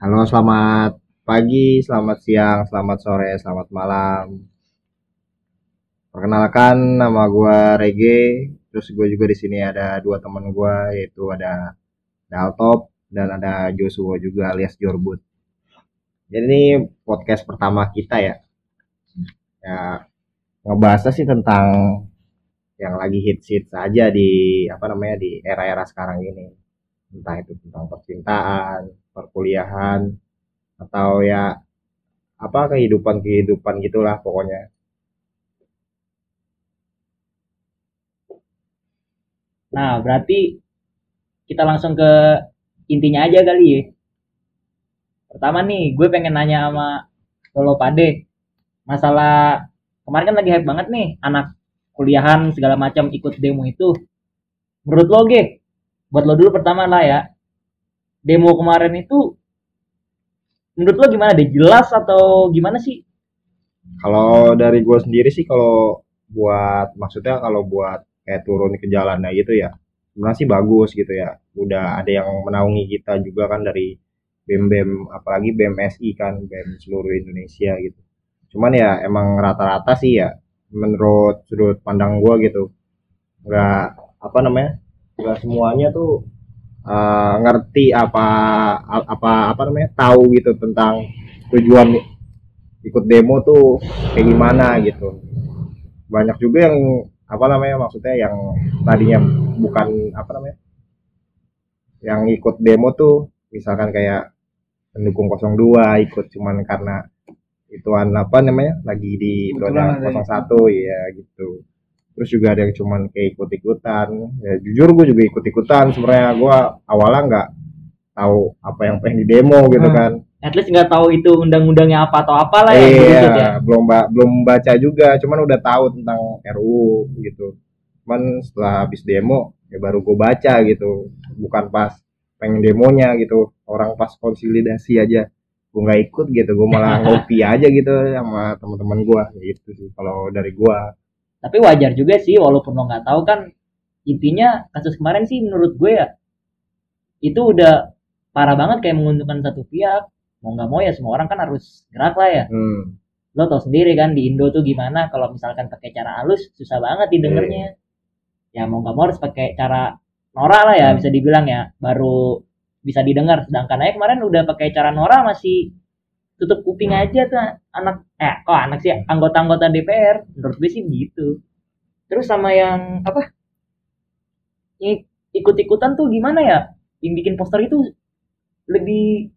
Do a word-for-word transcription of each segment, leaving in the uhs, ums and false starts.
Halo, selamat pagi, selamat siang, selamat sore, selamat malam. Perkenalkan, nama gua Rege. Terus gue juga di sini ada dua teman gua, yaitu ada Daltop dan ada Joshua juga alias Jorbut. Jadi ini podcast pertama kita ya. Ya, ngebahas sih tentang yang lagi hits-hits aja di apa namanya di era-era sekarang ini. Entah itu tentang percintaan, perkuliahan, atau ya apa kehidupan-kehidupan gitulah pokoknya. Nah, berarti kita langsung ke intinya aja kali ya. Pertama nih, gue pengen nanya sama Lolo Pade. Masalah kemarin kan lagi hype banget nih, anak kuliahan segala macam ikut demo itu. Menurut lo, Ge, buat lo dulu pertama lah ya. Demo kemarin itu menurut lo gimana deh? Jelas atau gimana sih? Kalau dari gue sendiri sih kalau buat maksudnya kalau buat kayak turun ke jalannya gitu ya sebenarnya sih bagus gitu ya. Udah ada yang menaungi kita juga kan dari BEM-BEM apalagi BEM S I kan BEM seluruh Indonesia gitu. Cuman ya emang rata-rata sih ya menurut sudut pandang gue gitu nggak apa namanya nggak semuanya tuh eh, ngerti apa apa apa namanya tahu gitu tentang tujuan ikut demo tuh kayak gimana gitu. Banyak juga yang apa namanya maksudnya yang tadinya bukan apa namanya yang ikut demo tuh misalkan kayak pendukung nol dua ikut cuman karena ituan apa namanya lagi di itu ada nol satu ya gitu. Terus juga ada yang cuman kayak ikut-ikutan. Ya jujur gue juga ikut-ikutan sebenarnya. Gue awalnya nggak tahu apa yang pengen di demo gitu Hmm. kan. At least nggak tahu itu undang-undangnya apa atau apalah yang Iya, diusut ya. belum ba- belum baca juga, cuman udah tahu tentang R U U gitu. Cuman setelah habis demo ya baru gue baca gitu, bukan pas pengen demonya gitu. Orang pas konsolidasi aja gue nggak ikut gitu, gue malah ngopi aja gitu sama teman-teman gue gitu sih kalau dari gue. Tapi wajar juga sih, walaupun lo nggak tahu kan, intinya kasus kemarin sih menurut gue ya itu udah parah banget kayak menguntungkan satu pihak. Mau nggak mau ya semua orang kan harus gerak lah ya. Hmm, Lo tau sendiri kan di Indo tuh gimana kalau misalkan pakai cara halus susah banget iya, didengarnya. Ya mau nggak mau harus pakai cara norak lah ya, hmm, bisa dibilang ya, baru bisa didengar. Sedangkan aja kemarin udah pakai cara norak masih tutup kuping aja tuh anak eh kok anak sih anggota-anggota D P R, menurut gue sih gitu. Terus sama yang apa, ikut-ikutan tuh gimana ya, yang bikin poster itu lebih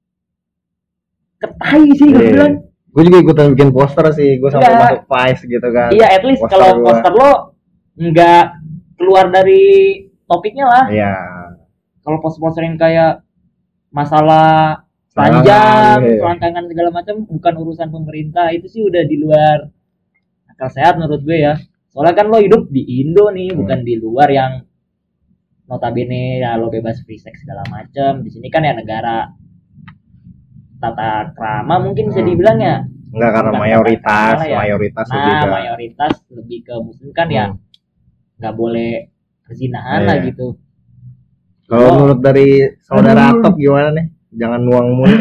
ketai sih gue iya. bilang. Gue juga ikutan bikin poster sih, gue sampai masuk Enggak, Vice gitu kan, iya, at least poster kalau gue. poster lo nggak keluar dari topiknya lah. Iya, Kalau poster-poster yang kayak masalah serangan, telanjang, iya. selangkangan segala macam bukan urusan pemerintah, itu sih udah di luar akal sehat menurut gue ya. Soalnya kan lo hidup di Indo nih, Hmm. bukan di luar yang notabene ya lo bebas free sex segala macam. Di sini kan ya negara tata krama mungkin bisa Hmm. dibilang ya. Enggak karena Bukan tata krama mayoritas, lah ya. mayoritas lebih Nah, ke mayoritas lebih ke muslim kan ya, hmm. nggak boleh perzinahan lah Iya. gitu. Kalau Lo menurut dari saudara Atop gimana nih? Jangan nuang mulu.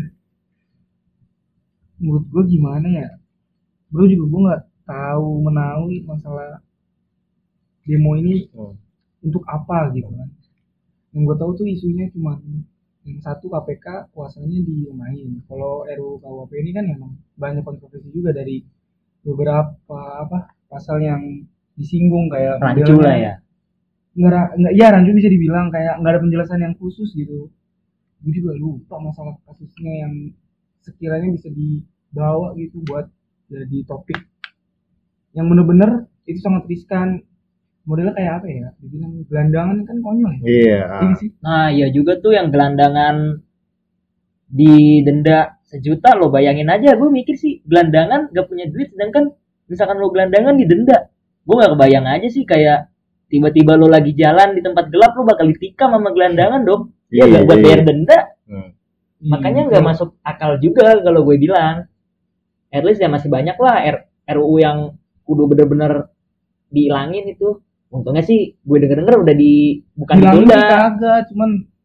Menurut gue gimana ya, bro, juga gue nggak tahu menahu masalah demo ini Hmm. untuk apa gitu kan. Yang gue tahu tuh isunya cuma yang satu, K P K kuasanya dimain. Kalau R U U K U H P ini kan emang banyak kontroversi juga dari beberapa apa pasal yang disinggung, kayak rancu lah ya. nggak nggak ya rancu bisa dibilang kayak nggak ada penjelasan yang khusus gitu. Gue juga lupa masalah kasusnya yang sekiranya bisa dibawa gitu buat jadi topik yang bener-bener itu sangat riskan. Modelnya kayak apa ya, dibilang gelandangan kan konyol ya. Iya. Ini sih Nah, ya juga tuh yang gelandangan didenda sejuta, lo bayangin aja. Gue mikir sih gelandangan gak punya duit, sedangkan misalkan lo gelandangan didenda, gue nggak kebayang aja sih, kayak tiba-tiba lo lagi jalan di tempat gelap lo bakal ditikam sama gelandangan dong. Ya Iya, gak buat iya. bayar denda. Hmm. Makanya nggak masuk akal juga kalau gue bilang. At least ya masih banyak lah R- RUU yang kudu bener-bener dihilangin itu. Untungnya sih gue denger-denger udah di bukan bilangin sih ditunda. kagak, cuman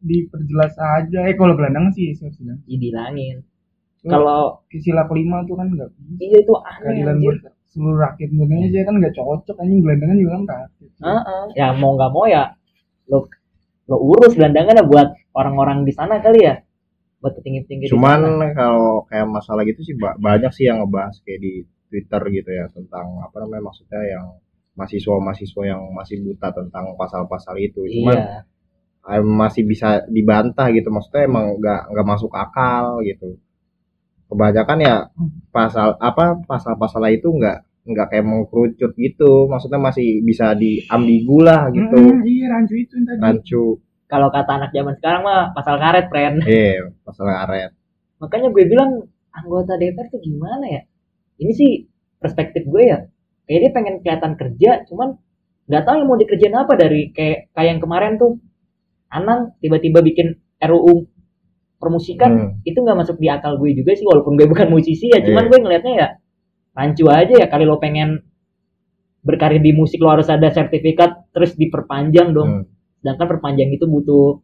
diperjelas aja. Eh kalau gelandangan sih saya bilang. Dibilangin. Tuh, Kalau sila kelima tuh kan nggak bisa. iya itu aneh Keadilan anjir. buat seluruh rakyat Indonesia kan nggak cocok anjing, gelandangan juga kan rakyat. Heeh. Ya mau nggak mau ya lo lo urus gelandangan ya buat orang-orang di sana kali ya. Buat petinggi-petinggi di Cuman sana. kalau kayak masalah gitu sih ba- banyak sih yang ngebahas kayak di Twitter gitu ya tentang apa namanya maksudnya yang mahasiswa-mahasiswa yang masih buta tentang pasal-pasal itu. Cuman Iya. eh, masih bisa dibantah gitu, maksudnya emang nggak nggak masuk akal gitu. Kebanyakan ya pasal apa pasal-pasal itu nggak nggak kayak mengkerucut gitu, maksudnya masih bisa diambigu lah gitu, Mm-mm, iya rancu itu yang tadi. rancu. Kalau kata anak zaman sekarang mah pasal karet, friend. Eh, pasal karet. Makanya gue bilang anggota D P R tuh gimana ya? Ini sih perspektif gue ya. Kayak dia pengen kelihatan kerja, cuman nggak tahu yang mau dikerjain apa dari kayak kayak yang kemarin tuh Anang tiba-tiba bikin R U U permusikan Hmm. itu nggak masuk di akal gue juga sih walaupun gue bukan musisi ya, cuman Iya. gue ngelihatnya ya rancu aja ya kali lo pengen berkarir di musik lo harus ada sertifikat terus diperpanjang dong. Hmm. Sedangkan perpanjang itu butuh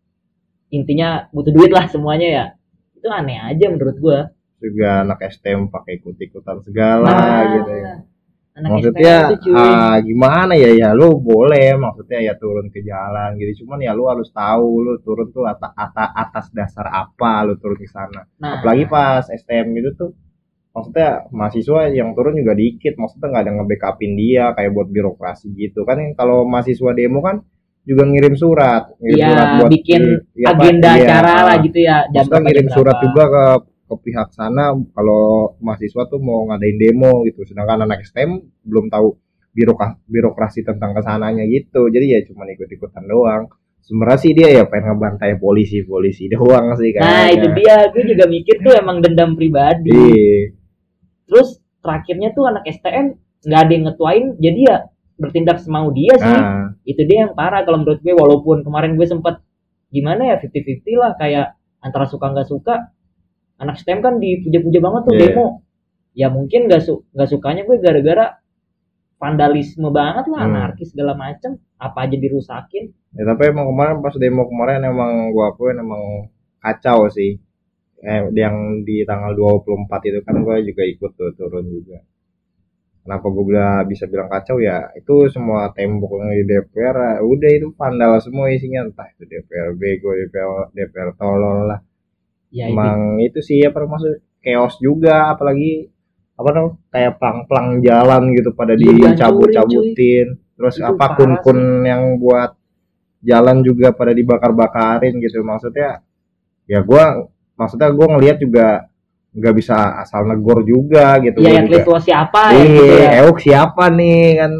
intinya butuh duit lah semuanya ya. Itu aneh aja menurut gue. Juga anak S T M pakai ikut-ikutan segala Nah, gitu ya. anak Maksudnya S T M tuh, cuy. ah, gimana ya ya lu boleh maksudnya ya turun ke jalan gitu, cuman ya lu harus tahu lu turun tuh atas atas dasar apa lu turun ke sana. Nah, Apalagi pas S T M itu tuh maksudnya mahasiswa yang turun juga dikit, maksudnya nggak ada nge-backupin dia kayak buat birokrasi gitu kan. Kalau mahasiswa demo kan juga ngirim surat ngirim iya, surat buat bikin di- ya, apa, agenda iya, acara ah. lah gitu ya. Jam Maksudnya berapa, ngirim jam surat berapa. juga ke ke pihak sana kalau mahasiswa tuh mau ngadain demo gitu, sedangkan anak S T M belum tahu birokrasi, birokrasi tentang kesananya gitu, jadi ya cuma ikut-ikutan doang. Sebenarnya sih dia ya pengen ngebantai polisi-polisi doang sih kayaknya. Nah, itu dia. Gue juga mikir tuh emang dendam pribadi. Iya. Terus terakhirnya tuh anak S T M nggak ada yang ngetuain, jadi ya bertindak semau dia sih. Nah, Itu dia yang parah kalau menurut gue. Walaupun kemarin gue sempet gimana ya fifty fifty lah, kayak antara suka nggak suka. Anak S T M kan dipuja-puja banget tuh Iya. demo. Ya mungkin nggak su nggak sukanya gue gara-gara vandalisme banget lah, Hmm. anarkis segala macem, apa aja dirusakin. ya tapi emang kemarin pas demo kemarin emang gua akuin emang kacau sih. Eh, yang di tanggal dua puluh empat itu kan gua juga ikut tuh turun juga. Kenapa gue bilang bisa bilang kacau ya? Itu semua tembok yang di D P R udah itu vandal semua isinya, entah itu D P R bego, D P R D P R tolol lah. Ya itu Emang itu sih apa maksud chaos juga, apalagi apa namanya kayak pelang-pelang jalan gitu pada Iya, dihancurin, dicabut-cabutin. Terus Itu apa parah kun-kun yang buat jalan juga pada dibakar-bakarin gitu. Maksudnya ya gua maksudnya gua ngelihat juga nggak bisa asal negor juga gitu. ya Gua at juga least lo siapa ya gitu ya. iya, Euk siapa nih kan?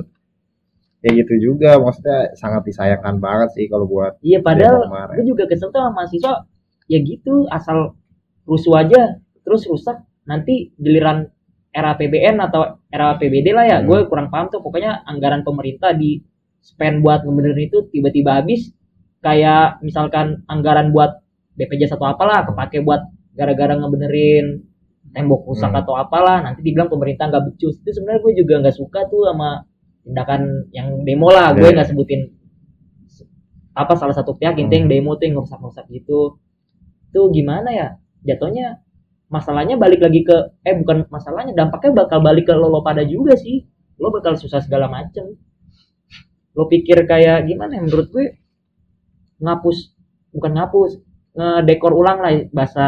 Ya gitu juga, maksudnya sangat disayangkan banget sih kalau buat Iya, demo padahal kemarin. gue juga kesel tuh sama mahasiswa ya gitu, asal rusuh aja terus rusak, nanti giliran era A P B N atau era A P B D lah ya. Hmm. Gue kurang paham tuh, pokoknya anggaran pemerintah di spend buat ngebenerin itu tiba-tiba habis. Kayak misalkan anggaran buat B P J S atau apalah kepake buat gara-gara ngebenerin tembok rusak Hmm. atau apalah, nanti dibilang pemerintah nggak becus. Itu sebenarnya gue juga nggak suka tuh sama tindakan yang demo lah. Gue Iya. nggak sebutin apa salah satu pihak, intinya yang demo tuh yang ngerusak-rusak gitu. Tuh gimana ya jatuhnya, masalahnya balik lagi ke eh bukan masalahnya, dampaknya bakal balik ke lo, lo pada juga sih. Lo bakal susah segala macem. Lo pikir kayak gimana ya, menurut gue ngapus, bukan ngapus, ngedekor ulang lah bahasa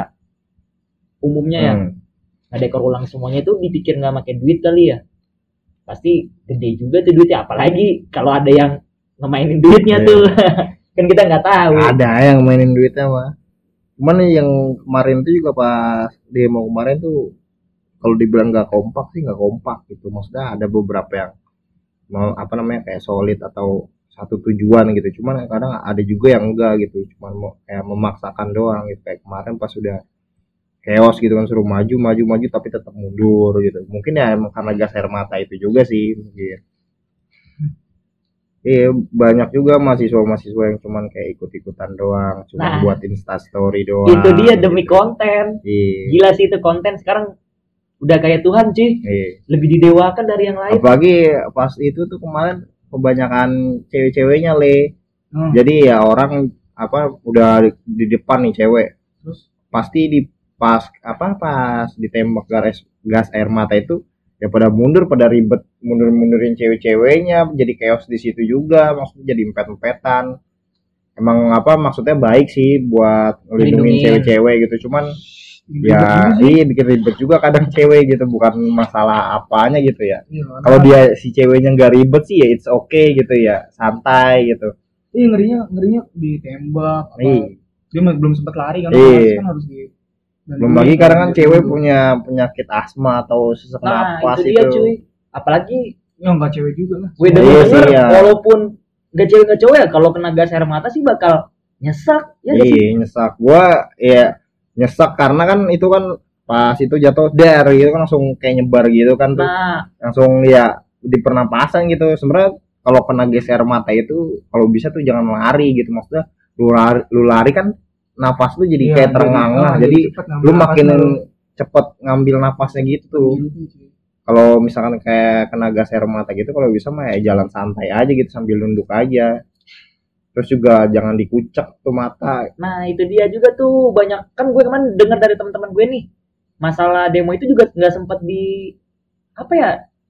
umumnya ya. Hmm. Ngedekor ulang semuanya itu dipikir nggak pakai duit kali ya. Pasti gede juga tuh duitnya, apalagi kalau ada yang ngemainin duitnya Iya. tuh. Kan kita nggak tahu. Ada yang mainin duitnya mah. Cuman yang kemarin itu juga pas demo kemarin tuh kalau dibilang nggak kompak sih nggak kompak gitu. Maksudnya ada beberapa yang mau apa namanya kayak solid atau satu tujuan gitu. Cuman kadang ada juga yang enggak gitu. Cuman mau kayak memaksakan doang gitu. Kayak kemarin pas sudah chaos gitu kan, suruh maju maju maju tapi tetap mundur gitu. Mungkin ya emang karena gas air mata itu juga sih mungkin. Iya, banyak juga mahasiswa-mahasiswa yang cuman kayak ikut-ikutan doang, cuman Nah, buat instastory doang. Itu dia demi gitu. konten. Iya. Gila sih itu konten sekarang udah kayak Tuhan cuy. Iya. Lebih didewakan dari yang lain. Apalagi pas itu tuh kemarin kebanyakan cewek-ceweknya le. Hmm. Jadi ya orang apa udah di depan nih cewek, Terus pasti di pas apa pas ditembak gas gas air mata itu ya pada mundur, pada ribet mundur-mundurin cewek-ceweknya, jadi chaos di situ juga, maksudnya jadi empet-empetan. Emang apa maksudnya baik sih buat ngelindungin Lindungin. cewek-cewek gitu, cuman ribet ya juga sih. iya bikin ribet juga kadang cewek gitu, bukan masalah apanya gitu ya. Iya, Kalau karena- dia si ceweknya nggak ribet sih ya it's okay gitu ya, santai gitu. iya ngerinya ngerinya ditembak apa Iya. dia masih belum sempat lari kan, Iya. harus kan harus di dan Belum ini lagi kadang kan dia cewek dulu. punya penyakit asma atau sesak Nah, napas itu itu. dia cuy. Apalagi ya nggak cewek juga lah. gue Iya denger sih, ya. walaupun gak cewek gak cowok ya, kalau kena gas air mata sih bakal nyesak ya nggak sih? Iya, nyesak. Gua ya nyesak karena kan itu kan pas itu jatuh der gitu kan langsung kayak nyebar gitu kan tuh. Nah, Langsung ya di pernapasan gitu. Sebenarnya kalau kena gas air mata itu kalau bisa tuh jangan lari gitu, maksudnya lu lari, lu lari kan napas lu jadi Iya, kayak jadi- terengah-engah, oh, jadi cepet ngambil lu nafas makin lu. cepet ngambil napasnya gitu tuh. Gitu, cuy. Kalau misalkan kayak kena gas air mata gitu, kalau bisa mah ya jalan santai aja gitu sambil nunduk aja. Terus juga jangan dikucek tuh mata. nah itu dia juga tuh banyak kan gue kemarin dengar dari teman-teman gue nih masalah demo itu juga nggak sempet di apa ya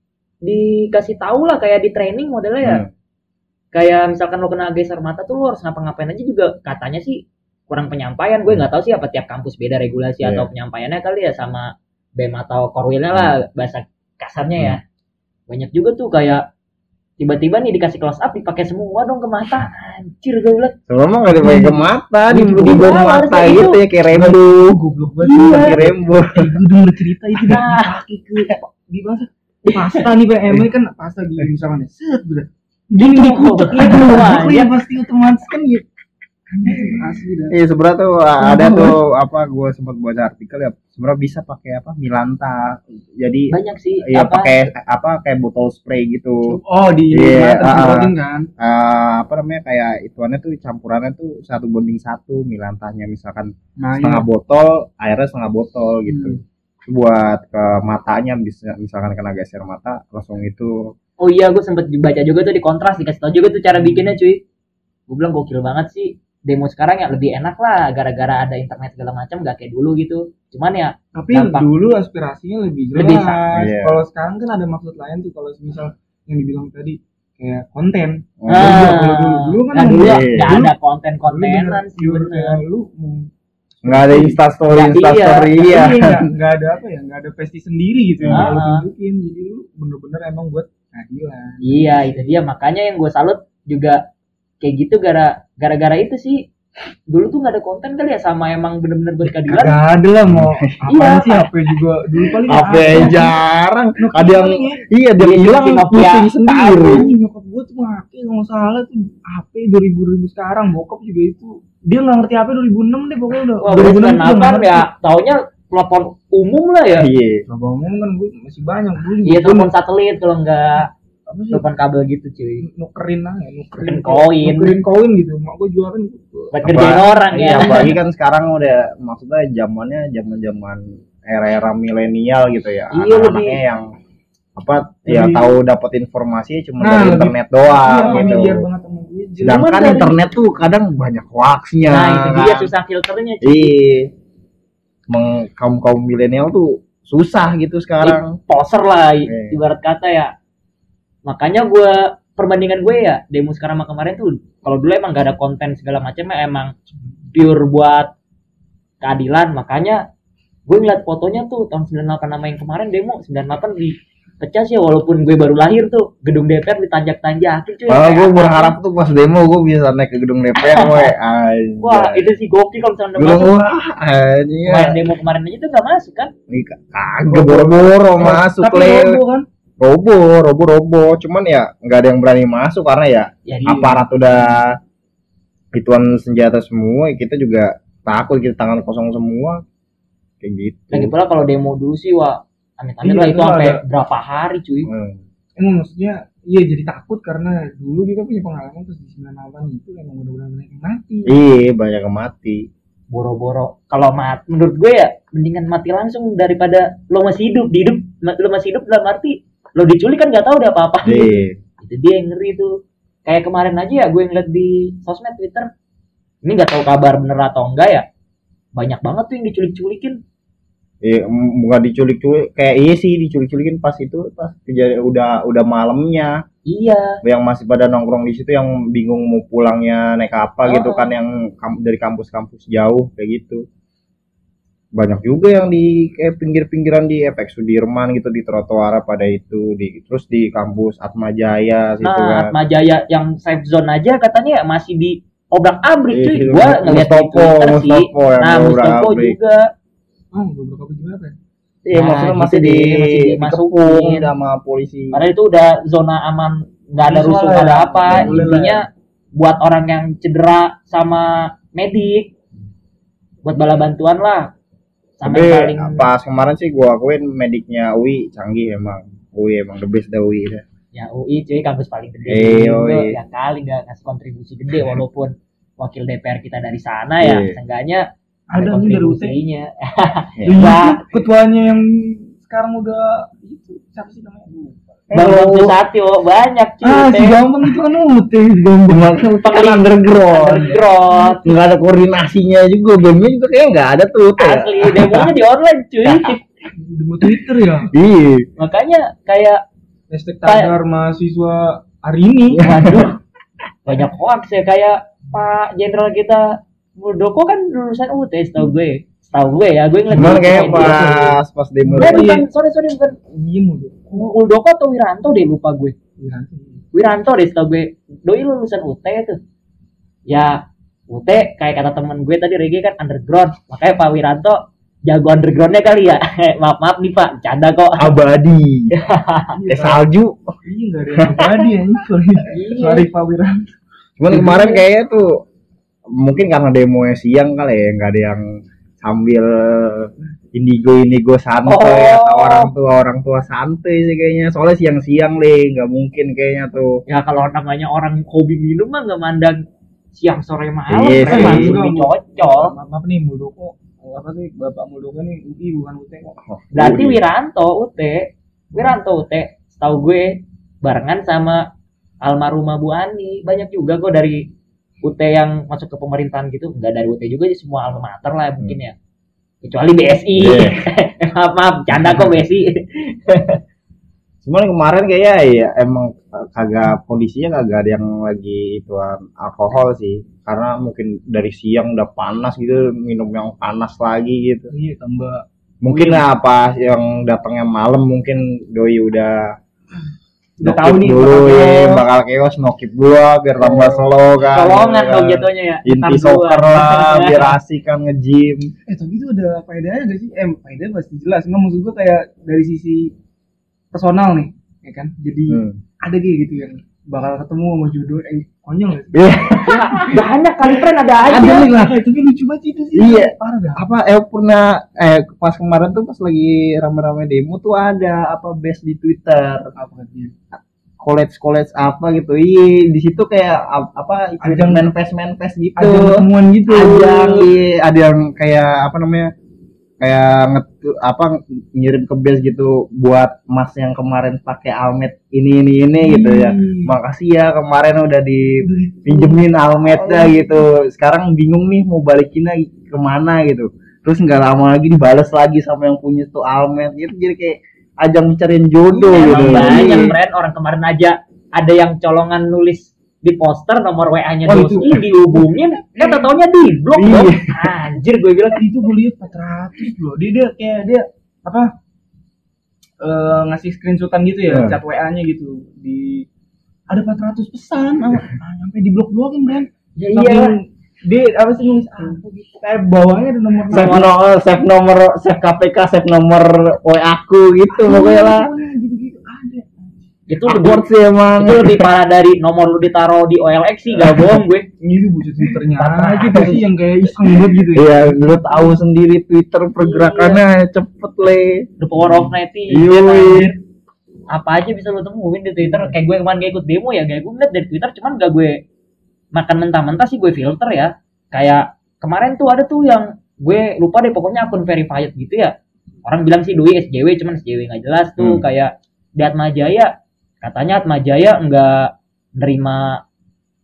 dikasih tahu lah kayak di training modelnya ya. Hmm. Kayak misalkan lo kena gas air mata tuh lo harus ngapa-ngapain aja juga katanya sih kurang penyampaian. Gue nggak tahu sih apa tiap kampus beda regulasi Iya. atau penyampaiannya kali ya sama B E M atau Korwilnya lah bahasa kasarnya ya. Banyak juga tuh kayak tiba-tiba nih dikasih close up dipakai semua dong ke mata. Anjir gue bilang. Sebelum mah nggak dipakai ke mata, di Iya, di bawah iya, mata harusnya gitu itu. ya kayak Rainbow. Goblok banget. Iya. Kayak Rainbow. Eh, gue denger cerita itu Nah. dipakai ke di mana? Pasta nih P M kan pasta di misalkan ya. Set udah. Gini dikucek Iya, itu. iya. Aku yang pasti otomatis kan ya. Anjir, asli dah. Iya sebenarnya tuh ada tuh apa gue sempat baca artikel ya, sebenarnya bisa pakai apa Milanta. Jadi Banyak sih ya apa pakai apa kayak botol spray gitu. Oh di Iya, mata ah, disemprotin kan. Eh, apa namanya kayak ituannya tuh campurannya tuh satu banding satu Milantanya, misalkan Nah, setengah iya. botol airnya setengah botol gitu. Hmm. Itu buat ke matanya, bisa misalkan kena gas air mata langsung itu. oh iya gue sempet baca juga tuh di kontras dikasih tau juga tuh cara bikinnya cuy. Gue bilang gokil banget sih demo sekarang ya lebih enak lah gara-gara ada internet segala macam gak kayak dulu gitu. Cuman ya Tapi Dampak. dulu aspirasinya lebih jelas. Lebih sa- iya. Kalau sekarang kan ada maksud lain tuh kalau misal yang dibilang tadi kayak konten. Oh, Ah, Kalau dulu dulu kan nah emang dulu Iya. nggak Dulu- ada konten-kontenan Dulu sih bener, bener. kayak lu mau nggak ada instastory Nggak, instastory iya ya. nggak nggak ada apa ya nggak ada pesti sendiri gitu yang Ah. lu tunjukin, jadi lu bener-bener emang buat keadilan. Iya itu dia makanya yang gue salut juga kayak gitu gara gara-gara itu sih. Dulu tuh nggak ada konten kali ya sama emang bener-bener berkeadilan. Kagak ada lah mau Iya, apaan sih Pak. H P juga dulu paling H P ada. jarang. Nokia Ada yang paling ya. iya dia Iya, hilang si Nokia pusing sendiri. Anjing, nyokap gue tuh make kalau nggak salah tuh H P dua ribu ribu sekarang, bokap juga itu dia nggak ngerti H P dua ribu enam deh pokoknya udah. Wah dua ribu enam berarti tuh udah kenapa ngerti. ya taunya telepon umum lah ya. Iya. Nah, bangun kan gue masih banyak dulu. Iya telepon satelit kalau nggak apa sih? telepon kabel gitu cuy. Nukerin lah ya, nukerin Nukerin koin. nukerin koin gitu. Mak gue jualin gitu. Buat kerjain orang Iya, ya. apalagi kan sekarang udah maksudnya zamannya zaman-zaman era-era milenial gitu ya. Iya, Anak-anaknya lebih- yang apa ya Lebih- tahu dapat informasi cuma Nah, dari lebih- internet Iya, doang gitu. familiar banget sama gue. Sedangkan Cuman dari- internet tuh kadang banyak hoaxnya. Nah itu dia kan. susah filternya cuy. Iya. Meng kaum kaum milenial tuh susah gitu sekarang. Poser lah i- Iya. ibarat kata ya. Makanya gue perbandingan gue ya demo sekarang sama kemarin tuh kalau dulu emang gak ada konten segala macam emang pure buat keadilan. Makanya gue ngeliat fotonya tuh tahun sembilan puluh delapan nama yang kemarin demo sembilan puluh delapan dipecah sih walaupun gue baru lahir tuh gedung D P R ditanjak-tanjakin cuy. Kalau Kayak gue apa berharap sih? tuh pas demo gue bisa naik ke gedung D P R, we. Anjay. Wah itu sih gokil kalau misalnya udah Gue masuk. wah anjir. Kemarin demo kemarin aja tuh gak masuk kan. Ih, kagak boro-boro masuk Tapi le. robo kan. Robo, robo, robo. Cuman ya nggak ada yang berani masuk karena ya Ya, aparat udah ituan senjata semua. Kita juga takut, kita tangan kosong semua. Kayak gitu. lagi pula kalau demo dulu sih wah amit-amit Iya, lah itu itu sampai ada- berapa hari cuy. Hmm. Emang maksudnya iya jadi takut karena dulu kita punya pengalaman terus di sembilan puluh delapan itu emang benar-benar banyak yang mati. Iya, banyak yang mati. Boro-boro kalau mat menurut gue ya mendingan mati langsung daripada lo masih hidup di hidup ma- lo masih hidup dalam arti lo diculik kan nggak tahu udah apa-apa. Iya. Itu dia yang ngeri tuh. Kayak kemarin aja ya gue ngeliat di sosmed Twitter ini nggak tahu kabar bener atau enggak ya, banyak banget tuh yang diculik-culikin. Iya, bukan diculik-culik, kayak iya sih diculik-culikin pas itu pas kejadian udah udah malamnya. Iya. Yang masih pada nongkrong di situ yang bingung mau pulangnya naik apa Oh. gitu kan, yang kam- dari kampus-kampus jauh kayak gitu. Banyak juga yang di kayak pinggir-pinggiran di F X Sudirman gitu, di trotoar pada itu, di terus di kampus Atmajaya situ Nah, kan. Atmajaya yang safe zone aja katanya ya masih di obrak-abrik cuy. Iya, Gua ngeliat di Mustopo, Twitter sih. Mustopo yang Nah, Mustopo obrak-abrik. juga. Oh, beberapa kali gimana kan? Iya, Nah, maksudnya gitu masih di deh, masih dimasukin. dikepung sama polisi. Padahal itu udah zona aman, nggak ada Visual rusuh, lah, nggak ada ya. apa. Nggak boleh lah. Intinya buat orang yang cedera sama medik, buat bala bantuan lah. Sama Tapi yang paling pas kemarin sih gua akuin mediknya U I canggih emang. U I emang the best dah U I dah. ya U I cuy, kampus paling gede. Eh, Juga. U I. Ya kali nggak ngasih kontribusi gede walaupun wakil D P R kita dari sana ya, Iya. seenggaknya Ada nih dari U T. kontribusinya. Ya. Iya, ketuanya yang sekarang udah itu siapa sih namanya? Bang Kalau- Bang Susatyo banyak cuy. Ah, si Teh. Gampang itu kan U T, si Gampang. Kan underground. Underground. Nggak ada koordinasinya juga, gamenya juga kayaknya nggak ada tuh. Teh. Asli demonya di online cuy. Demo Twitter ya. Iya. Makanya kayak Hashtag tagar mahasiswa hari ini. waduh banyak hoax ya, kayak Pak Jenderal kita Muldoko kan lulusan U T setahu gue. Setahu gue ya, gue ngeliat Cuman di kayak media sosial. pas pas demo Eh, Iya. bukan, sorry sorry bukan Iya mulu. Muldoko atau Wiranto deh, lupa gue. Iya. Wiranto deh setahu gue. Doi lulusan U T tuh. Ya U T kayak kata temen gue tadi Regi kan underground. Makanya Pak Wiranto jago undergroundnya kali ya. maaf maaf nih Pak, canda kok. abadi. Eh salju. Iya enggak ada yang abadi ya. Sorry. Iya. Sorry Pak Wiran. Cuman kemarin kayaknya tuh mungkin karena demonya siang kali ya, nggak ada yang sambil indigo indigo santai Oh. atau orang tua orang tua santai sih kayaknya, soalnya siang-siang le nggak mungkin kayaknya tuh. Ya kalau namanya orang hobi minum mah nggak mandang siang sore malam, Iya kan sih. langsung dicocol. Maaf, maaf nih Muldoko. Apa sih Bapak Muldoko nih U I bukan U T kok. Berarti Ui. Wiranto U T, Wiranto U T, setahu gue barengan sama almarhumah Bu Ani. Banyak juga kok dari U T yang masuk ke pemerintahan gitu. Enggak dari U T juga sih, semua alma mater lah mungkin ya. Kecuali B S I. Iya. maaf, maaf, canda kok B S I. Cuman kemarin kayaknya ya emang kagak, kondisinya kagak ada yang lagi ituan alkohol sih, karena mungkin dari siang udah panas gitu, minum yang panas lagi gitu. Iya tambah Mungkin lah apa yang datangnya malam, mungkin doi udah Udah nokip tahu nih dulu bakal ya, chaos. bakal chaos, nokip dulu lah, biar tambah slow kan. Colongan gitu dong kan. jatuhnya ya. Inti Ntar soccer dua. lah, biar asik kan nge-gym. Eh tapi itu ada faedahnya gak sih? Eh faedahnya pasti jelas. Nggak, maksud gue kayak dari sisi personal nih, ya kan? Jadi Hmm. ada kayak gitu yang bakal ketemu sama jodoh yang konyol gak sih? Iya. Ya, banyak kali friend ada aja. Ada nih lah, tapi lucu banget itu sih. Iya. Parah dah. Apa eh pernah eh pas kemarin tuh pas lagi rame-rame demo tuh ada apa base di Twitter, Apa katanya? college college apa gitu. Iya, di situ kayak ap- apa Ajang- manifest manifest gitu. Ada pertemuan gitu. Ajang, iya, ada yang kayak apa namanya? Kayak ngetu apa ngirim ke base gitu buat Mas yang kemarin pakai almet ini ini ini gitu ya. Hmm. Makasih ya kemarin udah di Udah itu. pinjemin almetnya gitu. Sekarang bingung nih mau balikinnya kemana gitu. Terus nggak lama lagi dibales lagi sama yang punya tuh almet gitu. Jadi kayak ajang mencariin jodoh Iya, gitu. emang banyak Iya. friend, orang kemarin aja ada yang colongan nulis di poster nomor W A-nya Oh, Dosi, itu. dihubungin, kan taunya di blok Iya. dong. Anjir gue bilang Itu gue lihat empat ratus loh. Dia dia kayak dia apa? eh ngasih screenshotan gitu ya, Hmm. chat W A-nya gitu. Di ada empat ratus pesan, ah, ah, sampai di blok-blokin kan. ya Saking iya. dia apa sih nulis apa gitu. Kayak bawahnya ada nomor Save nomor, save nomor, save K P K, save nomor W A aku gitu pokoknya lah. Gitu-gitu ada. Itu Awkward lebih, sih emang. itu lebih parah dari nomor lu ditaruh di O L X sih, gak bohong gue. Ini bocah Twitternya aja tuh sih yang kayak iseng banget gitu ya. Iya, lu tahu sendiri Twitter pergerakannya cepet le. The power of netizen. Iya, anjir. Apa aja bisa lu temuin di Twitter. Kayak gue kemarin gak ikut demo ya, kayak gue ngeliat dari Twitter, cuman gak gue makan mentah-mentah sih, gue filter ya. Kayak kemarin tuh ada tuh yang gue lupa deh, pokoknya akun verified gitu ya. Orang bilang sih doi S J W, cuman S J W nggak jelas tuh. Hmm. Kayak di Atmajaya, katanya Atmajaya nggak nerima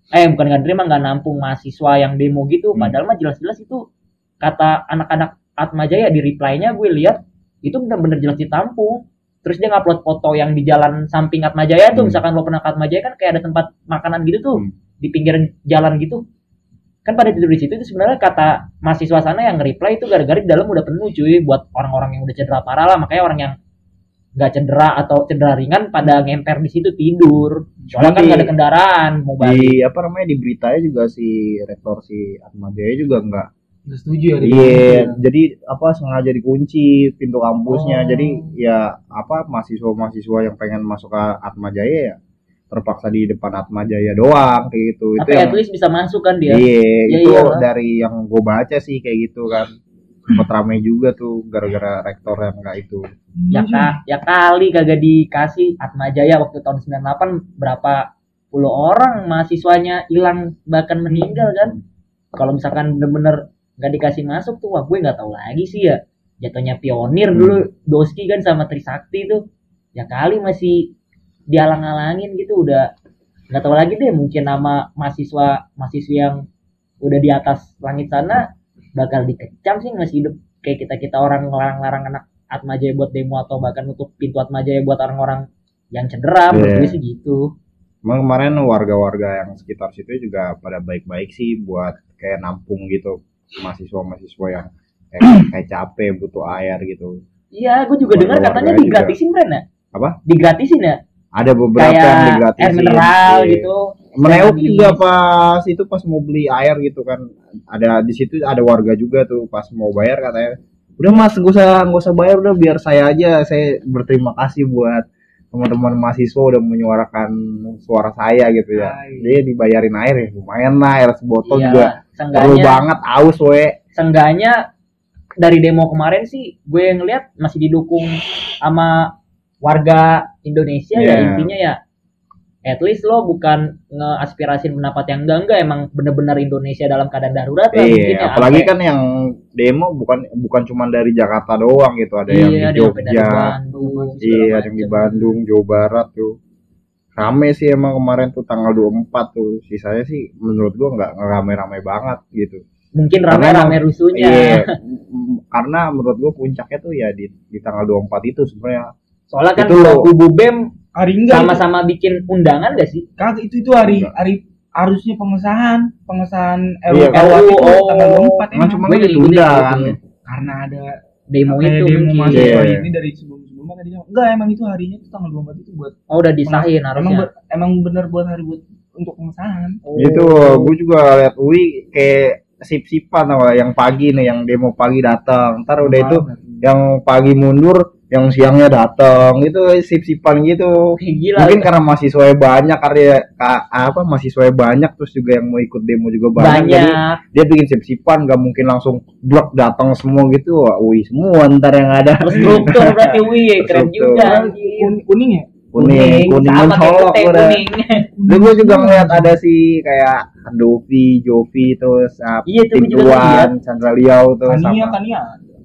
eh bukan nggak nerima, nggak nampung mahasiswa yang demo gitu. Hmm. Padahal mah jelas-jelas itu kata anak-anak Atma Jaya di reply-nya gue lihat itu bener-bener jelas ditampung. Terus dia ngupload foto yang di jalan samping Atma Jaya tuh, Hmm. misalkan lo pernah ke Atma Jaya kan kayak ada tempat makanan gitu tuh Hmm. di pinggir jalan gitu. Kan pada tidur di situ itu sebenarnya kata mahasiswa sana yang nge-reply itu gara-gara di dalam udah penuh cuy buat orang-orang yang udah cedera parah lah, makanya orang yang nggak cedera atau cedera ringan pada ngemper di situ tidur. Soalnya kan di- nggak ada kendaraan mau balik. Di apa namanya di beritanya juga si rektor si Atma Jaya juga enggak. Nggak setuju ya. Iya, jadi apa sengaja dikunci pintu kampusnya. Oh. Jadi ya apa mahasiswa-mahasiswa yang pengen masuk ke Atma Jaya ya terpaksa di depan Atma Jaya doang kayak gitu. Tapi Itu yang at least bisa masuk kan dia. iya, Ya itu iyalah. dari yang gue baca sih kayak gitu kan. Sempat ramai juga tuh gara-gara rektor yang enggak itu. Ya, ka, ya kali kagak dikasih Atma Jaya waktu tahun sembilan puluh delapan berapa puluh orang mahasiswanya hilang bahkan meninggal kan. Kalau misalkan bener-bener nggak dikasih masuk tuh, wah gue nggak tahu lagi sih ya. Jatuhnya pionir dulu Doski kan sama Trisakti tuh. Ya kali masih dialang-alangin gitu, udah nggak tahu lagi deh, mungkin nama mahasiswa mahasiswa yang udah di atas langit sana bakal dikecam sih masih hidup kayak kita kita orang ngelarang-larang anak Atma Jaya buat demo atau bahkan nutup pintu Atma Jaya buat orang-orang yang cedera. Menurut Iya. gue sih gitu. Emang kemarin warga-warga yang sekitar situ juga pada baik-baik sih buat kayak nampung gitu mahasiswa-mahasiswa yang kayak, kayak capek butuh air gitu. Iya, gue juga dengar Warga-warga katanya juga. digratisin Bran ya? Apa? Digratisin ya? Ada beberapa yang Kayak digratisin. air mineral Iya. gitu. Meneuk Habis. juga pas itu pas mau beli air gitu kan. Ada di situ ada warga juga tuh pas mau bayar katanya, "Udah Mas, gak usah gak usah bayar, udah biar saya aja. Saya berterima kasih buat teman-teman mahasiswa udah menyuarakan suara saya gitu ya." Hai. Dia dibayarin air ya, lumayan lah air sebotol Iya, juga. Perlu seenggaknya, banget aus we. seenggaknya dari demo kemarin sih gue ngeliat masih didukung sama warga Indonesia ya. Iya. Intinya ya at least lo bukan ngeaspirasin pendapat yang enggak enggak emang bener-bener Indonesia dalam keadaan darurat lah mungkin Iya, ya. apalagi Sampai- kan yang demo bukan bukan cuma dari Jakarta doang gitu, ada yang iya, di ada sampai dari Jogja. Bandung, segala Iya, ada yang di macem. Bandung, Jawa Barat tuh. Rame sih emang kemarin tuh tanggal dua puluh empat tuh. Sisanya sih menurut gua nggak nggak rame-rame banget gitu. Mungkin Karena rame-rame emang- rusuhnya. Iya, m- karena menurut gua puncaknya tuh ya di di tanggal dua puluh empat itu sebenarnya. Soalnya kan Itu dua lo- kubu B E M Hari enggak itu. sama-sama bikin undangan gak sih? Kagak, itu itu hari Enggak. hari harusnya pengesahan pengesahan Iya, R U K U itu oh. tanggal dua puluh empat Emang emang. cuma Gue kan jadi ditunda ikutin kan. gitu. Karena ada Demo kayak itu demo mungkin. mahasiswa Iya. ini dari sebelum-sebelumnya tadinya. Enggak, emang itu harinya tuh tanggal dua puluh empat itu buat Oh udah disahin emang harusnya. be- emang bener buat hari buat untuk pengesahan. Oh. Gitu, gua juga lihat U I kayak sip-sipan apa yang pagi nih, yang demo pagi datang. Ntar udah itu yang pagi mundur, yang siangnya datang. Itu sip-sipan gitu. Gila. Mungkin karena mahasiswa banyak, karena ka- apa mahasiswa banyak, terus juga yang mau ikut demo juga banyak, banyak. jadi dia bikin sip-sipan, nggak mungkin langsung blok datang semua gitu. Wah, wih semua ntar yang ada Terstruktur berarti wih, keren Terstruktur. juga. Kun- kuning ya? kuning kuning sama kayak mencolok putih udah. kuning. Lalu gue juga ngeliat ada si kayak Andovi, Jovi, terus uh, Iya, tuh gua juga Pintuan, Chandra Liao tuh Kania sama Kania.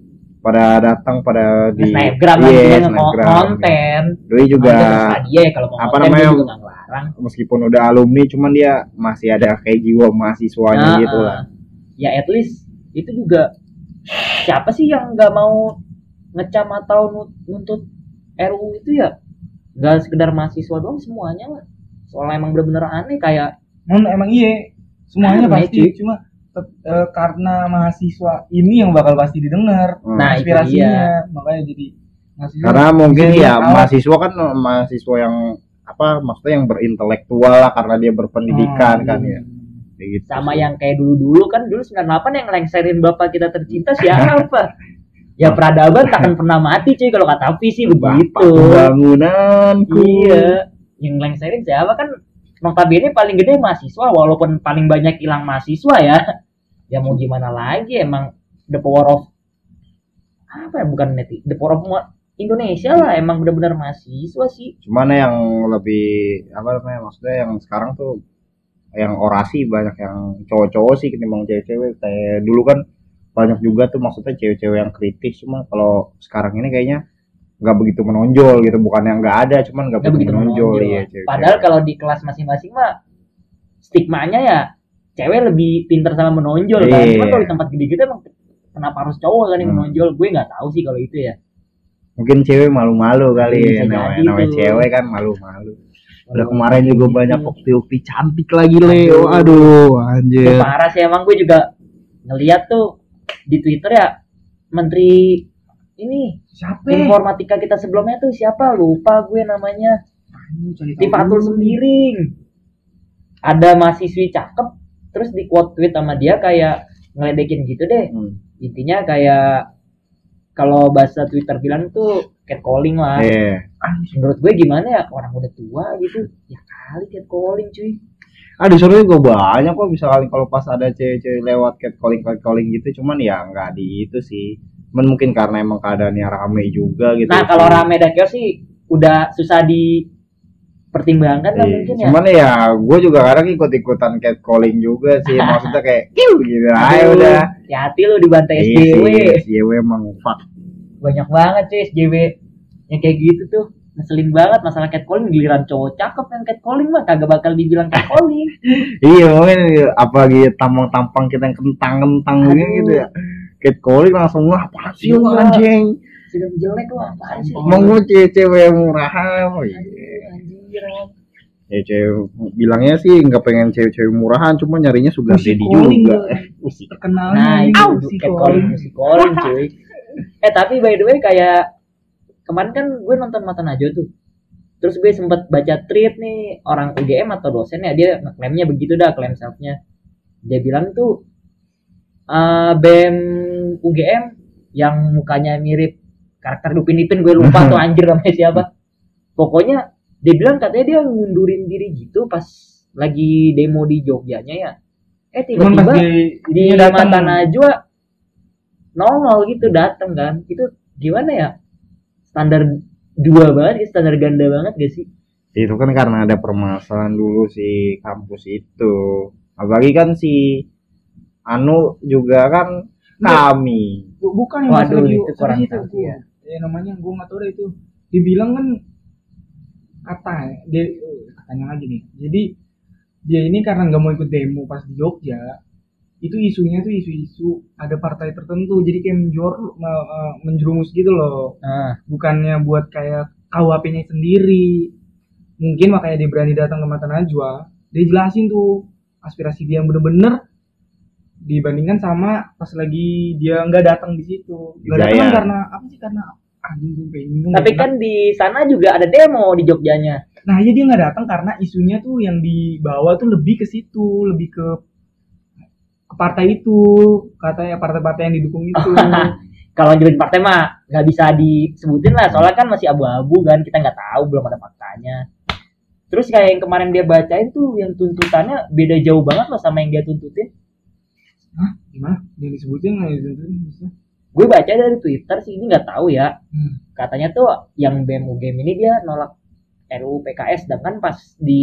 pada datang pada di Snapgram iya, yeah, juga snapgram. konten. Doi juga Juga dia ya kalau mau apa konten namanya, dia juga nggak ngelarang. meskipun udah alumni cuman dia masih ada kayak jiwa mahasiswanya Nah, gitu lah. Ya at least itu juga siapa sih yang nggak mau ngecam atau nu- nuntut R U U itu ya? Nggak sekedar mahasiswa doang, semuanya lah. Soalnya emang bener-bener aneh kayak Emang, emang iya semuanya Aneh, pasti cuy. cuma tet- eh, karena mahasiswa ini yang bakal pasti didengar Hmm. Nah, itu aspirasinya, makanya jadi mahasiswa Karena mungkin jadi ya alat. mahasiswa kan mahasiswa yang apa maksudnya yang berintelektual lah karena dia berpendidikan Oh, kan iya. ya. Kayak gitu sama sih. yang kayak dulu-dulu kan, dulu sembilan puluh delapan yang lengserin bapak kita tercinta siapa? Ya peradaban takkan pernah mati cuy kalau kata Afi sih Bapak begitu. pembangunanku. Iya, yang lengserin siapa kan notabene paling gede mahasiswa walaupun paling banyak hilang mahasiswa ya. Ya mau gimana lagi, emang the power of apa ya, bukan neti, the power of mo- Indonesia lah, emang benar-benar mahasiswa sih. Cuman yang lebih apa namanya maksudnya yang sekarang tuh yang orasi banyak yang cowok-cowok sih ketimbang cewek-cewek. Kayak dulu kan banyak juga tuh maksudnya cewek-cewek yang kritis, cuma kalau sekarang ini kayaknya nggak begitu menonjol gitu, bukan yang nggak ada cuman nggak Nggak begitu begitu menonjol, menonjol. iya cewek-cewek. Padahal kalau di kelas masing-masing mah stigmanya ya cewek lebih pintar sama menonjol kan. Iya. Cuman kalau di tempat gede-gede emang kenapa harus cowok kan yang Hmm. menonjol? Gue nggak tahu sih kalau itu ya. Mungkin cewek malu-malu kali Bisa ya, namanya, jadi namanya tuh. cewek kan malu-malu. Udah Kalau kemarin juga gitu. banyak ukti-ukti cantik lagi Le. Aduh. Aduh, Itu anjir. parah sih emang, gue juga ngeliat tuh di Twitter ya, menteri ini Siapa? informatika kita sebelumnya tuh siapa, lupa gue namanya. Aduh, cari tahu Tifatul dulu. Sembiring. Ada mahasiswi cakep terus di quote tweet sama dia kayak ngeledekin gitu deh. Hmm. Intinya kayak kalau bahasa Twitter bilang tuh catcalling lah. Iya. Menurut gue gimana ya, orang udah tua gitu ya kali catcalling cuy. Ah disuruh juga banyak kok, misalnya kalau pas ada cewek-cewek lewat catcalling catcalling gitu, cuman ya nggak di itu sih. Cuman mungkin karena emang keadaannya rame juga gitu. Nah sih. kalau rame dan chaos sih udah susah dipertimbangkan lah Iya, mungkin ya. cuman ya gue juga kadang ikut-ikutan catcalling juga sih, maksudnya kayak kiu gitu aja Aduh, udah. hati-hati lu dibantai S J W. Iya, S J W emang fuck. Banyak banget cuy S J W yang kayak gitu tuh. Ngeselin banget masalah catcalling, giliran cowok cakep yang catcalling mah kagak bakal dibilang catcalling. Iya mungkin apalagi tampang-tampang kita yang kentang-kentang Aduh. gitu ya. Catcalling langsung lah apa sih lu Iya. anjing. Sudah jelek lu apaan sih? Emang lu cewek-cewek yang murahan. Oh, iya. Anjir, Om. Ya cewek bilangnya sih nggak pengen cewek-cewek murahan, cuma nyarinya sugar Musik daddy calling juga. tuh. Eh, musik. Terkenalnya Nah, ini itu musik catcalling, calling. musik calling cuy. Eh tapi by the way kayak kemarin kan gue nonton Mata Najwa tuh. Terus gue sempet baca tweet nih orang U G M atau dosen ya, dia ngeklaimnya begitu dah, klaim selfnya. Dia bilang tuh eh B E M U G M yang mukanya mirip karakter Upin Ipin, gue lupa tuh anjir namanya siapa. Pokoknya dia bilang katanya dia ngundurin diri gitu pas lagi demo di Jogjanya ya. Eh Cuman pas tiba-tiba di, di dia datang, Mata Najwa nongol gitu dateng kan. Itu gimana ya? Standar dua banget, standar ganda banget gak sih? Itu kan karena ada permasalahan dulu si kampus itu. Apalagi kan si Anu juga kan kami. Bu- bukan yang Waduh, masalah di- itu kurang itu, tahu itu. sih ya. Ya namanya gue nggak tahu deh itu. Dibilang kan kata dia oh, katanya lagi nih. Jadi dia ini karena nggak mau ikut demo pas di Jogja, itu isunya tuh isu-isu ada partai tertentu, jadi kayak menjor me- eh, menjerumus gitu loh. Nah, Bukannya buat kayak K U H P-nya sendiri. Mungkin makanya dia berani datang ke Mata Najwa, dia jelasin tuh aspirasi dia yang bener-bener dibandingkan sama pas lagi dia nggak datang di situ. Nggak datang kan Gaya. karena apa sih? Karena ah nyinggung kayak nyinggung. tapi nggak kan di sana juga ada demo di Jogjanya. enak. Nah iya dia nggak datang karena isunya tuh yang dibawa tuh lebih ke situ, lebih ke ke partai itu, katanya partai-partai yang didukung itu. Kalau nyebut partai mah nggak bisa disebutin lah, soalnya kan masih abu-abu kan, kita nggak tahu, belum ada faktanya. Terus kayak yang kemarin dia bacain tuh, yang tuntutannya beda jauh banget loh sama yang dia tuntutin. Hah? Gimana? Dia disebutin nggak disebutin maksudnya? Gue baca dari Twitter sih, ini nggak tahu ya. Hmm. Katanya tuh yang B E M U G M ini dia nolak R U U P K S, sedangkan pas di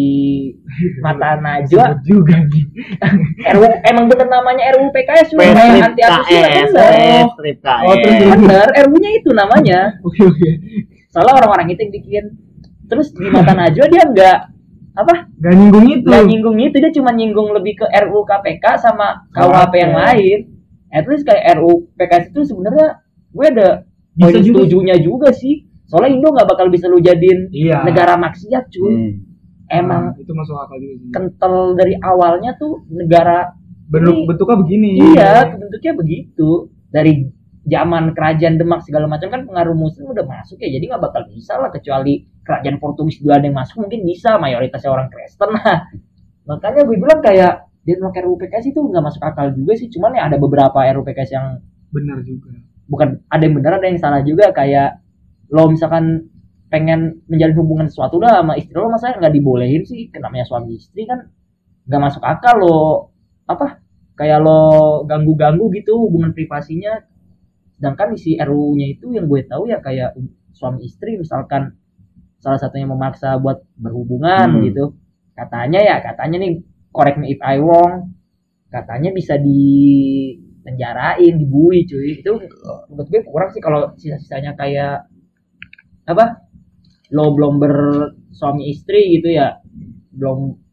Mata Najwa Sebut juga nih. R U U, emang bener namanya R U U P K S cuma Strip anti asusila K S, bener. strip Oh, terus K S. Bener, R U U-nya itu namanya. Oke oke. Soalnya orang-orang itu yang bikin. Terus di Mata Najwa dia nggak apa Gak nyinggung itu. nggak nyinggung itu, dia cuma nyinggung lebih ke R U U K P K sama K U H P yang lain. At least kayak R U U P K S itu sebenarnya gue ada Bisa poin juga. setujunya juga sih. Soalnya Indo nggak bakal bisa lu jadiin Iya. negara maksiat cuy. Hmm. Emang Nah, itu masuk akal juga sih. kental dari awalnya tuh negara Bentuk ini- bentuknya begini. iya bentuknya begitu. Dari zaman kerajaan Demak segala macam kan pengaruh muslim udah masuk ya, jadi nggak bakal bisa lah, kecuali kerajaan Portugis dulu ada yang masuk mungkin bisa, mayoritasnya orang Kristen lah. Makanya gue bilang kayak dia nolak R U U P K S itu nggak masuk akal juga sih. Cuman ya ada beberapa R U U P K S yang Benar juga. bukan, ada yang benar ada yang salah juga. Kayak lo misalkan pengen menjalin hubungan sesuatu dah sama istri lo, masa nggak dibolehin sih? Namanya suami istri kan nggak masuk akal lo apa kayak lo ganggu-ganggu gitu hubungan privasinya. Sedangkan isi R U U-nya itu yang gue tahu ya kayak suami istri misalkan salah satunya memaksa buat berhubungan Hmm. gitu, katanya ya katanya nih, correct me if I wrong, katanya bisa di penjarain, dibui cuy. Itu menurut gue kurang sih kalau sisa-sisanya kayak apa lo belum bersuami istri gitu ya, belum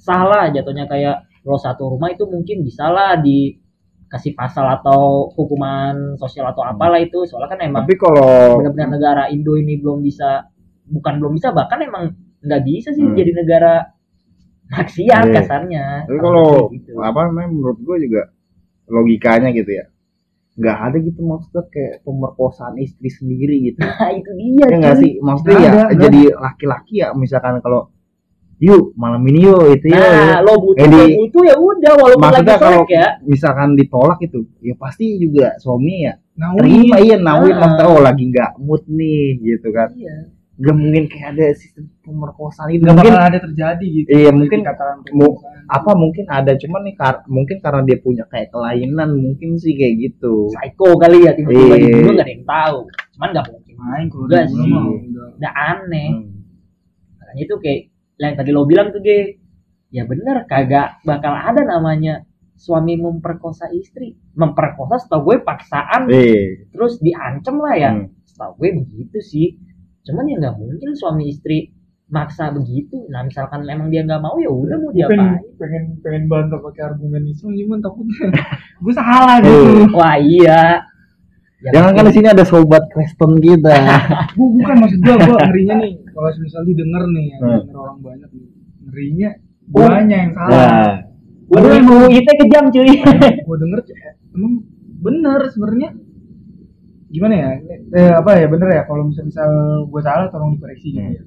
salah jatuhnya, kayak lo satu rumah itu mungkin bisa lah dikasih pasal atau hukuman sosial atau apalah itu, soalnya kan emang Tapi kalau benar-benar negara Indo ini belum bisa, bukan belum bisa, bahkan emang nggak bisa sih Hmm. jadi negara maksiat Iya. kasarnya. tapi kalau gitu. apa namanya menurut gue juga logikanya gitu ya, nggak ada gitu maksudnya kayak pemerkosaan istri sendiri gitu. Nah itu dia Ya nggak cuy. sih, maksudnya Nggak ya ada, nggak jadi laki-laki ya, misalkan kalau yuk malam ini yuk itu yuk, Nah ya. lo butuh Eh, di- kayak gitu ya udah, walaupun lagi Maksudnya kalau selek ya. misalkan ditolak itu, ya pasti juga suami ya Nah, terima, iya nawin, Ah. maksudnya oh lagi nggak mood nih gitu kan. Iya. Nggak mungkin kayak ada sistem pemerkosaan itu. nggak Mungkin bakal ada terjadi gitu. Iya, mungkin Dikatakan mu- pemerkosaan. apa mungkin ada, cuman nih kar- mungkin karena dia punya kayak kelainan mungkin sih kayak gitu. Psycho kali ya, tiba-tiba Iya. dibunuh nggak ada yang tahu. Cuman nggak mungkin. main kalau Enggak dibunuh sih. mah udah. Udah aneh. Hmm. Makanya itu kayak yang tadi lo bilang tuh, Ge. Ya bener, kagak bakal ada namanya suami memperkosa istri. Memperkosa setahu gue paksaan, Eh, terus diancam lah ya. Hmm. Setahu gue begitu sih. Cuman ya nggak mungkin suami istri maksa begitu. Nah misalkan memang dia nggak mau, ya udah mau Gue diapain. pengen pengen pengen bantah pakai argumen Islam, cuman takutnya gue salah gitu. Eh. Wah iya. Ya, Jangan kan mungkin- di sini ada sobat Kristen kita. Gue bukan, maksud gue gue ngerinya nih kalau misalnya didengar nih ya, Hmm. denger orang banyak nih, ngerinya guanya yang salah. Nah, Waduh, ibu itu kejam cuy. Gue denger eh, emang bener sebenarnya, gimana ya, eh, apa ya, bener ya, kalau misal misal gue salah tolong dikoreksi gitu ya.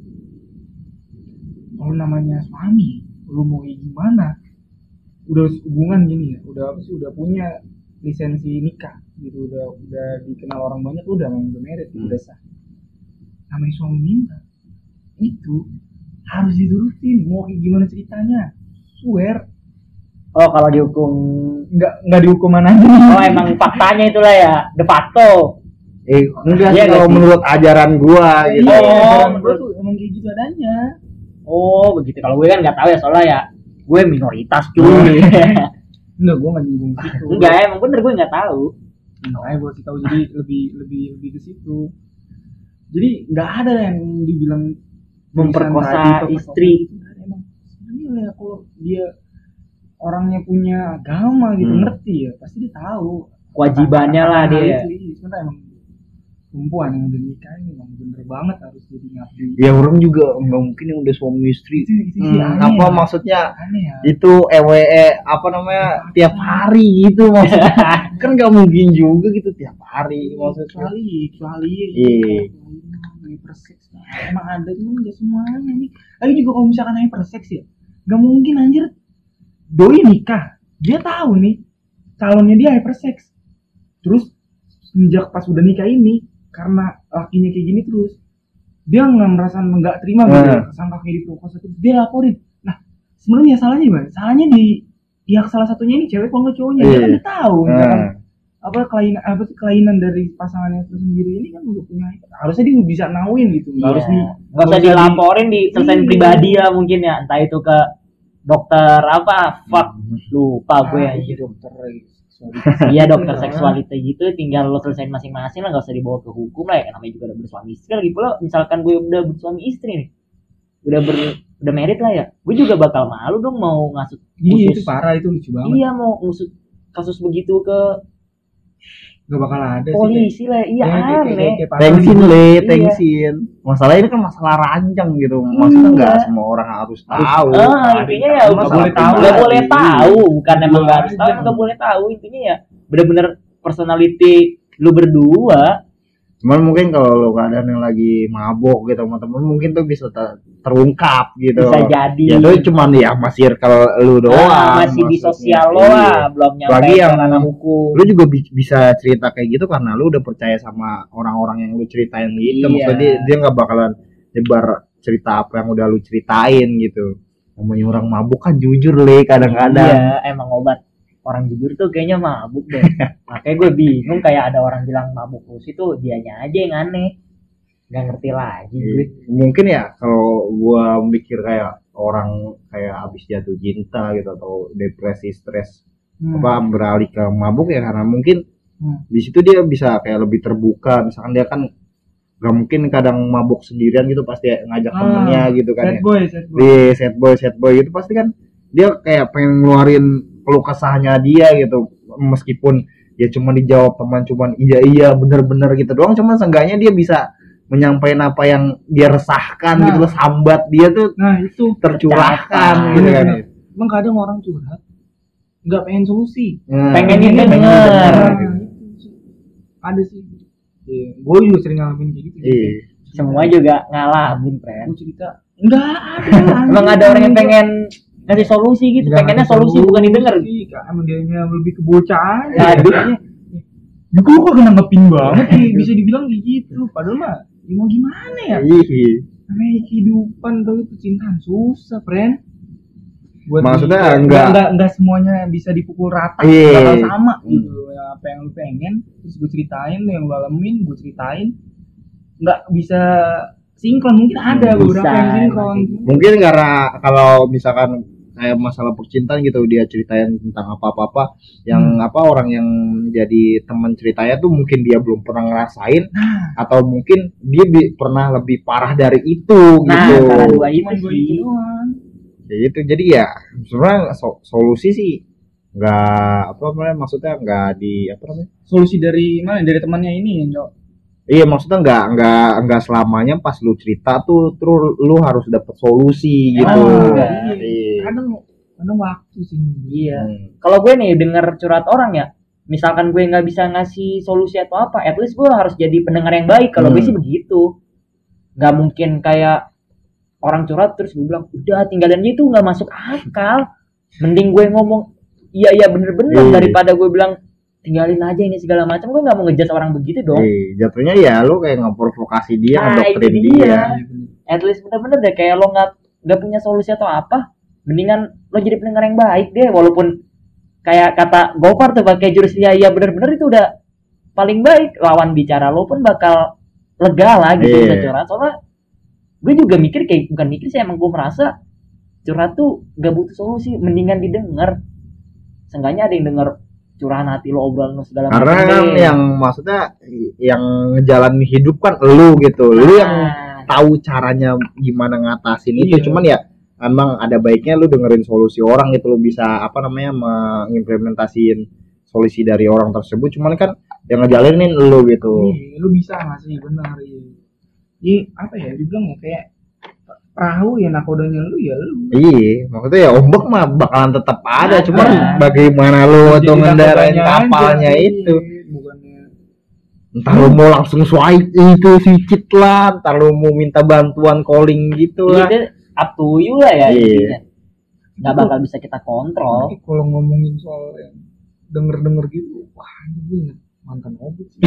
Kalau namanya suami, lu mau kayak gimana, udah hubungan gini ya, udah apa sih, udah punya lisensi nikah gitu, udah udah dikenal orang banyak, udah memang udah married, Hmm. udah sah. Namanya suami minta itu harus diturutin, mau kayak gimana ceritanya, swear. Oh kalau dihukum, nggak nggak dihukuman aja nih. oh emang faktanya itulah ya, de facto. eh enggak Iya sih, kalau nggak sih? menurut ajaran gua gitu. Iya, Oh, ajaran gua menurut- tuh emang kayak gitu adanya. Oh begitu. Kalau gue kan nggak tahu ya, soalnya ya gue minoritas cuy. Enggak, gua nggak nyinggung situ. Enggak, emang bener gue nggak tahu. Makanya gua kasih tahu, jadi lebih lebih lebih ke situ. Jadi nggak ada yang dibilang Memperkosa tulisan tadi, istri. itu nggak ada. Emang sebenarnya ya, kalau dia orangnya punya agama gitu, Hmm. ngerti ya, pasti dia tahu Kewajibannya lah Hal dia. itu, iya. Sebenarnya emang perempuan yang udah nikah ini emang bener banget harus jadi ngabdi. Ya orang juga nggak mungkin yang udah suami istri. Itu, itu sih Hmm, aneh apa ya. maksudnya Aneh ya. itu E W E apa namanya tiap hari gitu maksudnya. Kan nggak mungkin juga gitu tiap hari maksudnya. kecuali kecuali Iya. hypersex emang ada, cuman nggak semuanya nih. Lagi juga kalau misalkan hypersex ya, nggak mungkin anjir. Doi nikah, dia tahu nih calonnya dia hypersex, terus sejak pas udah nikah ini, karena lakinya kayak gini terus, dia nggak merasa nggak terima gitu, Hmm. ya, kesangka kayak diperkosa terus dia laporin. Nah sebenarnya salahnya gimana? Salahnya di pihak salah satunya ini, cewek kalau nggak cowoknya. Dia kan Iya. dia tahu misalkan Nah, apa kelainan apa sih kelainan dari pasangannya itu sendiri ini kan udah punya, harusnya dia bisa nauin gitu, nggak harus di Iya. Nggak usah di- dilaporin, di selesain Iya. pribadi ya mungkin ya, entah itu ke dokter apa, fuck lupa gue Ah, ya. iya, dokter seksualitas. Iya dokter Iya. seksualitas gitu, tinggal lo selesain masing-masing lah, nggak usah dibawa ke hukum lah ya, namanya juga udah bersuami istri lagi pula. Misalkan gue udah bersuami istri nih, udah ber udah married lah ya, gue juga bakal malu dong mau ngasut Iya, itu khusus. parah, itu lucu banget. Iya mau ngusut kasus begitu ke Nggak bakal ada polisi lah, iya aneh. Thanksin le, Iya. thanksin. Masalah ini kan masalah ranjang gitu. Maksudnya nggak Iya. semua orang harus tahu. Ah, intinya ya Nggak nggak boleh tahu. nggak boleh tahu, bukan Berdua emang nggak harus tahu, aja. emang nggak boleh tahu. Intinya ya bener-bener personality lu berdua. Cuman mungkin kalau lo keadaan yang lagi mabok gitu sama temen, mungkin tuh bisa ter- terungkap gitu. Bisa jadi. Ya itu cuman ya masih kalau lu doang. Ah, masih di maksudnya. sosial lo Iya. lah, belum nyampe Lagi ke yang- ranah hukum. Lu juga bi- bisa cerita kayak gitu karena lu udah percaya sama orang-orang yang lu ceritain gitu. Iya. Maksudnya dia dia nggak bakalan nyebar cerita apa yang udah lu ceritain gitu. Namanya orang mabuk kan jujur le kadang-kadang. Iya, emang obat orang jujur tuh kayaknya mabuk deh. Makanya gue bingung, kayak ada orang bilang mabuk terus itu dianya aja yang aneh. Gak ngerti lagi gue. Mungkin ya kalau gua mikir kayak orang kayak habis jatuh cinta gitu atau depresi, stres, Hmm. apa beralih ke mabuk ya karena mungkin Hmm. di situ dia bisa kayak lebih terbuka. Misalkan dia kan gak mungkin kadang mabuk sendirian gitu, pasti ngajak Ah, temennya gitu kan Sad ya. boy, sad boy. Di set boy set boy gitu pasti kan dia kayak pengen ngeluarin keluh kesahnya dia gitu, meskipun ya cuma dijawab teman cuman iya iya bener-bener gitu doang, cuman seenggaknya dia bisa menyampaikan apa yang dia resahkan Nah. gitu loh, sambat dia tuh Nah itu tercurahkan Tercapai. gitu kan. Bener-bener. Emang kadang orang curhat nggak pengen solusi. Nah, Pengen Pengennya denger. denger. Nah, itu sih. Ada sih. Iya, gue juga sering ngalamin kayak gitu. iya. Semua juga ngalamin, friend. Gue cerita enggak ada. Emang ada orang yang pengen ngasih solusi gitu, Nggak pengennya ada solusi bukan didengar. Kak, emang dia lebih ke bocah aja. Aduh. Ya gue kok nanggepin banget nih, bisa dibilang kayak gitu. Padahal mah, ya mau gimana ya? Iya. Namanya kehidupan tuh percintaan susah, friend. Buat Maksudnya di- enggak- enggak enggak semuanya bisa dipukul rata, Iya. bakal sama Hmm. gitu. Ya, apa yang lu pengen, terus gue ceritain, lu yang lu alamin, gue ceritain. Enggak bisa sinkron, mungkin ada Hmm, beberapa bisa, yang sinkron. Mungkin karena kalau misalkan kayak masalah percintaan gitu dia ceritain tentang apa-apa yang apa orang yang jadi teman ceritanya tuh mungkin dia belum pernah ngerasain, atau mungkin dia bi- pernah lebih parah dari itu Nah, gitu. antara dua itu Cuman gue sih. itu doang. Ya gitu. Jadi ya sebenarnya so- solusi sih nggak apa namanya, maksudnya nggak di apa namanya, Solusi dari mana? Dari temannya ini, Cok. iya maksudnya nggak nggak nggak selamanya pas lu cerita tuh terus lu harus dapet solusi gitu. Oh, Iya. Iya. Kadang kadang waktu sih. Iya. Hmm. Kalau gue nih denger curhat orang ya, misalkan gue nggak bisa ngasih solusi atau apa, at least gue harus jadi pendengar yang baik. Kalau gue Hmm. sih begitu. Nggak mungkin kayak orang curhat terus gue bilang udah tinggalin aja, itu nggak masuk akal. Mending gue ngomong iya iya bener-bener Iya. daripada gue bilang tinggalin aja ini segala macam. Gue nggak mau ngejudge orang begitu dong. Eh, jatuhnya ya lu kayak ngeprovokasi dia, Nah, ngedoktrin itu dia. dia. At least bener-bener deh kayak lo nggak nggak punya solusi atau apa, mendingan lo jadi pendengar yang baik deh. Walaupun kayak kata Gopar tuh pakai jurus iya iya bener-bener itu udah paling baik, lawan bicara lo pun bakal lega lah gitu. Iya. Udah curhat. Soalnya gue juga mikir kayak bukan mikir sih, emang gue merasa curhat tuh gak butuh solusi, mendingan didengar. Seenggaknya ada yang denger curahan hati lo, obrolan lo segala Karena macam kan deh. yang maksudnya yang ngejalanin hidup kan lu gitu. Lu yang Nah, tahu caranya gimana ngatasin itu. Iya. Cuman ya emang ada baiknya lu dengerin solusi orang gitu, lu bisa apa namanya mengimplementasiin solusi dari orang tersebut. Cuman kan yang ngejalanin lu gitu. Iya, lu bisa nggak sih, benar iya. Iya, apa ya dibilang ya, kayak perahu ya nakodanya lu ya lu. Iya, maksudnya ya ombak mah bakalan tetap ada, Ada. cuman bagaimana lu tuh Jadi ngendarain nakodanya kapalnya aja, itu. iya, bukannya Entar lu mau langsung swipe itu switch lah, entar lu mau minta bantuan calling gitu lah. itu up to you lah ya. Iya. intinya. Nggak bakal bisa kita kontrol. Tapi kalau ngomongin soal yang denger-denger gitu, wah ini gue inget mantan obet sih.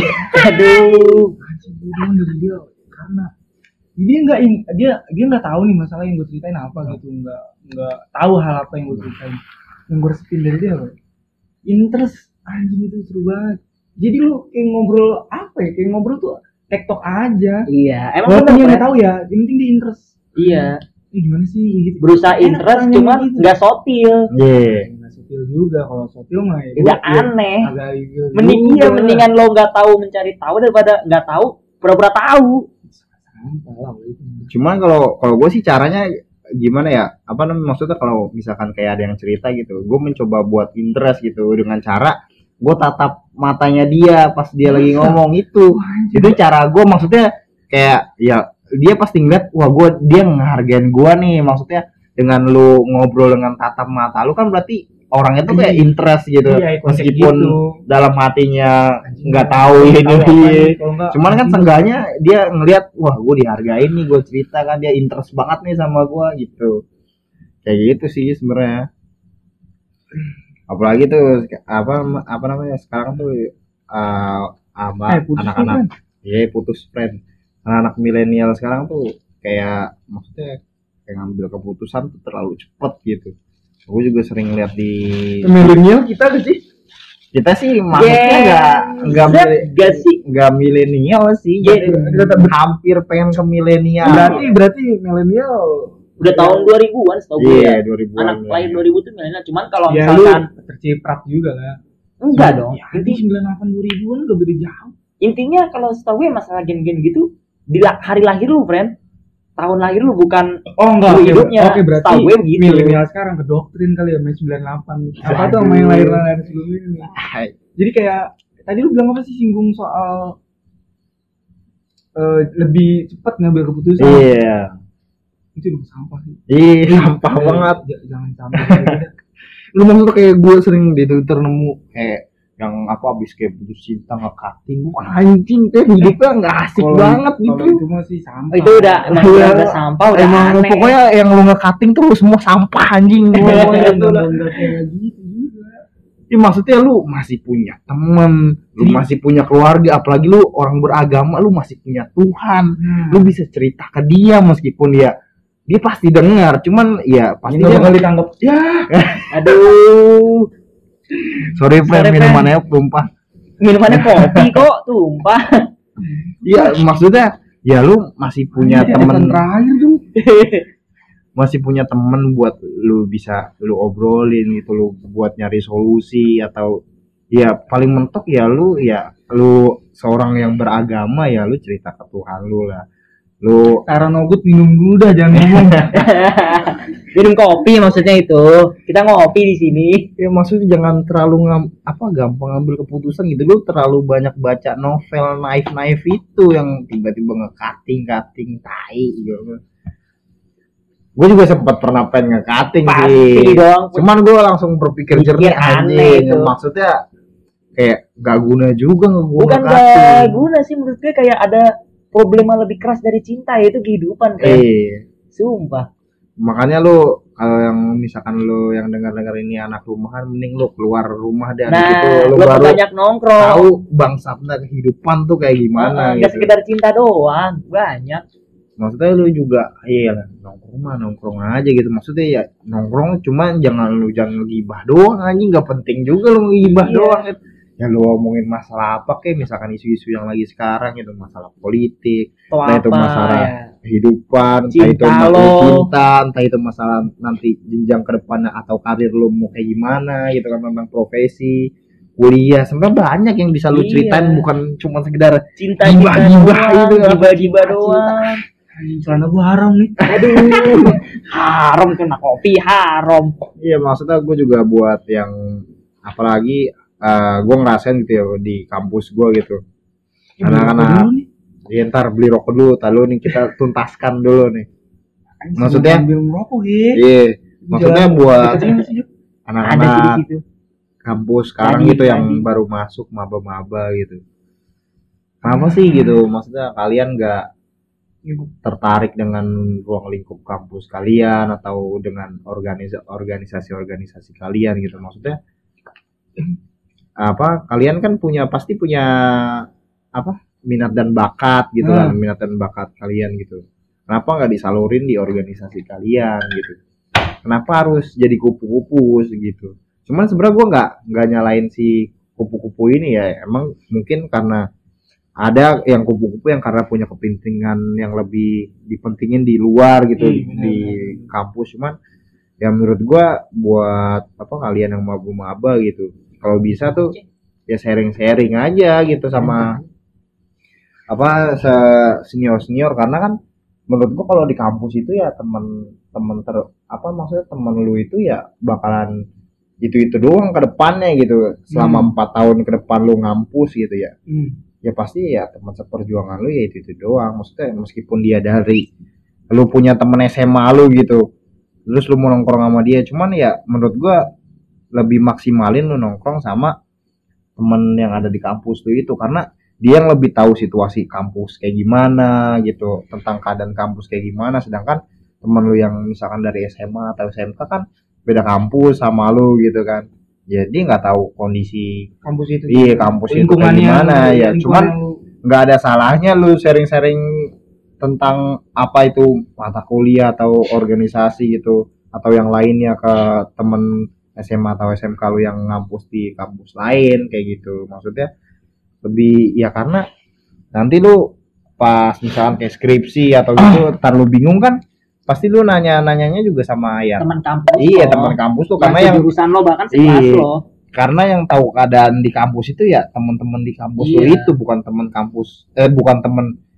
Aduh. Anjing, gue demen dari dia karena dia nggak in- dia dia nggak tahu nih masalah yang gue ceritain apa gitu, nggak nggak tahu hal apa yang gue ceritain. Yang gue resepin dari dia loh, interest anjing itu seru banget. Jadi lu kayak ngobrol apa ya, kayak ngobrol tuh tektok aja. Iya, emang Walaupun bener dia nggak Fred. tahu ya, yang penting dia interest. Iya, Eh gimana sih gitu. berusaha Enak interest orangnya cuman gitu. nggak sotil. Iya. Nggak sotil juga, kalau sotil mah ya Udah gua- aneh. agak ilfil Mending juga. iya, mendingan lo nggak tahu mencari tahu daripada nggak tahu pura-pura tahu. Sampah lah itu. Cuman kalau kalau gue sih caranya gimana ya? Apa namanya, maksudnya kalau misalkan kayak ada yang cerita gitu, gue mencoba buat interest gitu dengan cara gue tatap matanya dia pas dia lagi ngomong itu. Wah, anjing. Itu cara gue, maksudnya kayak ya dia pasti ngeliat wah gue dia ngehargain gue nih, maksudnya dengan lu ngobrol dengan tatap mata lu kan berarti orangnya tuh kayak Iya. interest gitu, Iya, konsep meskipun gitu. dalam hatinya Anjing, nggak nggak tahu tahu ini apa dia. nih, kalau nggak, Cuman kan anjing. seenggaknya dia ngeliat wah gue dihargain nih, gue cerita kan dia interest banget nih sama gue gitu, kayak gitu sih sebenarnya. Apalagi tuh apa apa namanya sekarang tuh uh, sama Eh, putus tuh, anak-anak, kan? iya putus friend, anak-anak milenial sekarang tuh kayak maksudnya kayak ngambil keputusan tuh terlalu cepet gitu. Gue juga sering lihat di Milenial kita tuh sih. kita sih maksudnya nggak nggak Zat mile- nggak sih? nggak milenial sih, Iya, jadi hampir pengen ke milenial. Berarti berarti milenial. Udah tahun dua ribuan setahu gue Iya, ya. dua ribuan. Anak lahir dua ribu tuh milenial. Cuman kalau Ya lu misalkan terciprat juga lah. enggak dong. Ya, Inti, sembilan puluh delapan dua ribuan gak beda jauh. intinya kalau setahu gue masalah gen-gen gitu di la- hari lahir lu, friend. tahun lahir lu bukan Oh enggak, lu oke, hidupnya. oke berarti Tahu gue begitu. milenial sekarang ke doktrin kali ya main sembilan puluh delapan. Apa tuh sama yang lahir-lahir sebelum ini nih. Jadi kayak tadi lu bilang apa sih singgung soal eh, lebih cepat ngambil keputusan. Iya. Itu emang sampah sih. Iya, sampah banget. J- jangan sampai kayak gitu. Lu maksudnya kayak gue sering di Twitter nemu kayak yang apa abis kayak putus cinta nge-cutting. Wah, anjing kayak hidupnya nggak asik Kalau- banget kalau gitu. itu masih sampah. Oh, itu udah emang Iya. udah, udah sampah udah Emang aneh. pokoknya yang lu nge-cutting tuh semua sampah anjing. Pokoknya Enggak gitu lah. enggak kayak gitu juga. Ya, maksudnya lu masih punya temen, lu Jadi- masih punya keluarga, apalagi lu orang beragama, lu masih punya Tuhan. Hmm. Lu bisa cerita ke dia meskipun ya dia pasti dengar, cuman ya pasti Ini dia bakal ditanggap. Ya, Aduh, sorry friend, Sorry, friend. minumannya tumpah. minumannya kopi kok tumpah. Iya, maksudnya ya lu masih punya Ini temen, teman terakhir dong. masih punya temen buat lu bisa lu obrolin gitu, lu buat nyari solusi atau ya paling mentok ya lu ya lu seorang yang beragama ya lu cerita ke Tuhan lu lah. Lu Tara Nogut minum dulu dah, jangan ngomong. Minum kopi maksudnya itu. Kita ngopi di sini. ya maksudnya jangan terlalu ngam, apa gampang ngambil keputusan gitu, lu terlalu banyak baca novel naif-naif itu yang tiba-tiba nge-cutting cutting tai gitu. Gue juga sempat pernah pengen nge-cutting sih. Pasti dong. Cuman gue langsung berpikir Mikir jernih aneh anjing. itu. Maksudnya kayak gak guna juga nge-gue Bukan nge-cutting. gak guna sih menurut gue, kayak ada problema lebih keras dari cinta, yaitu kehidupan kan. Eh, Sumpah. makanya lu kalau yang misalkan lu yang dengar-dengar ini anak rumahan, mending lu keluar rumah deh Nah, gitu, lu lo baru banyak nongkrong. tahu bangsatnya kehidupan tuh kayak gimana Nggak gitu. sekedar cinta doang, banyak. Maksudnya lu juga iya lah, nongkrong mah nongkrong aja gitu. Maksudnya ya nongkrong cuman jangan lu jangan gibah doang anjing, nggak penting juga lu gibah Iya. doang gitu. Ya lu ngomongin masalah apa kayak misalkan isu-isu yang lagi sekarang itu, masalah politik, Atau entah itu apa masalah ya. kehidupan, entah Cinta itu masalah lo. cinta, entah itu masalah nanti jenjang ke depannya atau karir lu mau kayak gimana gitu kan, tentang profesi, kuliah, sebenarnya banyak yang bisa lu Iya. ceritain, bukan cuma sekedar Cinta Gibah-gibah itu, apa? gibah-gibah Cinta, doang. Anjing, celana gua haram nih. Aduh, haram kena kopi haram. iya maksudnya gue juga buat yang apalagi uh, gue ngerasain gitu ya di kampus gue gitu, Ini anak-anak rokok dulu nih. ya ntar beli rokok dulu, lalu nih kita tuntaskan dulu nih. Anjing, Maksudnya? sambil merokok gitu. Iya, maksudnya buat Dekat sini masih, Jok. Ada sih di anak-anak situ. kampus sekarang Tadi, gitu yang tadi. baru masuk maba-maba gitu. Kenapa sih gitu? Maksudnya kalian nggak tertarik dengan ruang lingkup kampus kalian atau dengan organisa- organisasi-organisasi kalian gitu? Maksudnya apa? Kalian kan punya pasti punya apa? Minat dan bakat gitu kan, Hmm. minat dan bakat kalian gitu. Kenapa nggak disalurin di organisasi kalian gitu? Kenapa harus jadi kupu-kupu gitu? Cuman sebenarnya gue nggak nggak nyalain si kupu-kupu ini ya, emang mungkin karena ada yang kupu-kupu yang karena punya kepentingan yang lebih dipentingin di luar gitu, Iya, benar, di benar. kampus. Cuman ya menurut gue buat apa kalian yang maba-maba gitu, kalau bisa tuh ya sharing-sharing aja gitu sama apa senior senior, karena kan menurut gua kalau di kampus itu ya temen-temen ter apa maksudnya temen lu itu ya bakalan itu itu doang ke depannya gitu, selama empat tahun ke depan lu ngampus gitu ya. Hmm. Ya pasti ya teman seperjuangan lu ya itu itu doang, maksudnya meskipun dia dari lu punya temen S M A lu gitu, terus lu mau nongkrong sama dia, cuman ya menurut gua lebih maksimalin lu nongkrong sama temen yang ada di kampus lu itu, karena dia yang lebih tahu situasi kampus kayak gimana gitu, tentang keadaan kampus kayak gimana, sedangkan temen lu yang misalkan dari S M A atau S M K kan beda kampus sama lu gitu kan, jadi nggak tahu kondisi Kampus itu. iya kampus itu kayak Lingkungannya, gimana ya. lingkungan Cuman lu. nggak ada salahnya lu sharing-sharing tentang apa itu mata kuliah atau organisasi gitu atau yang lainnya ke temen S M A atau S M K lu yang ngampus di kampus lain kayak gitu. Maksudnya lebih ya karena nanti lu pas misalkan kayak skripsi atau gitu ntar lu bingung kan, pasti lu nanya-nanyanya juga sama ya Teman kampus. iya lo. teman kampus tuh, Yang karena yang jurusan lo bahkan sekelas Iya. lo. karena yang tahu keadaan di kampus itu ya teman-teman di kampus lu Iya. itu, bukan teman kampus eh bukan teman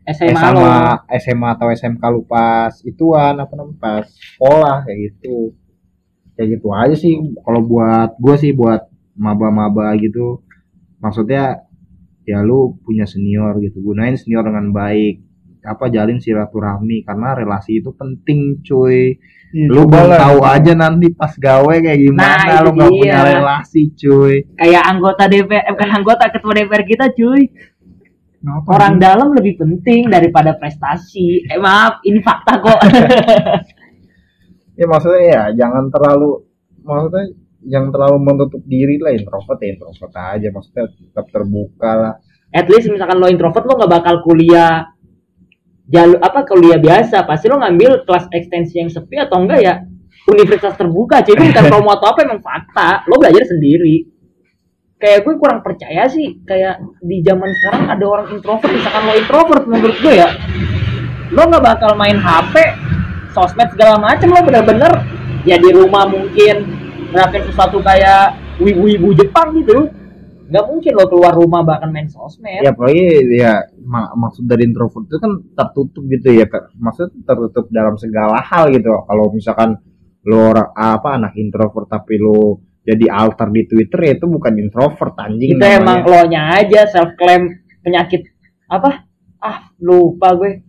S eh M A lo. sama S M A atau S M K lu pas ituan apa namanya pas sekolah kayak gitu. Kayak gitu aja sih kalau buat gue sih buat maba-maba gitu. Maksudnya ya lu punya senior gitu, gunain senior dengan baik. Apa jalin silaturahmi karena relasi itu penting cuy. Iya, Lu coba belum lah. tahu aja nanti pas gawe kayak gimana Nah, itu lu nggak dia. punya relasi cuy. Kayak anggota D P R, eh, bukan anggota ketua D P R kita cuy. Kenapa, Orang anjing? dalam lebih penting daripada prestasi. Eh maaf, ini fakta kok. Ya maksudnya ya jangan terlalu maksudnya yang terlalu menutup diri lah introvert ya introvert aja maksudnya tetap terbuka lah. At least misalkan lo introvert lo nggak bakal kuliah jalur apa kuliah biasa, pasti lo ngambil kelas ekstensi yang sepi atau enggak ya universitas terbuka. Jadi bukan promo atau apa, emang fakta. Lo belajar sendiri. Kayak gue kurang percaya sih kayak di zaman sekarang ada orang introvert. Misalkan lo introvert menurut gue ya, lo nggak bakal main H P, sosmed segala macem. Lo bener-bener ya di rumah mungkin ngelakuin sesuatu kayak wibu-wibu Jepang gitu. Nggak mungkin lo keluar rumah bahkan main sosmed. Ya apalagi ya mak- maksud dari introvert itu kan tertutup gitu ya Kak. Maksudnya tertutup dalam segala hal gitu. Kalau misalkan lo orang apa anak introvert tapi lo jadi alter di Twitter ya itu bukan introvert anjing Itu emang namanya. lo nya aja self claim penyakit apa? Ah, lupa gue.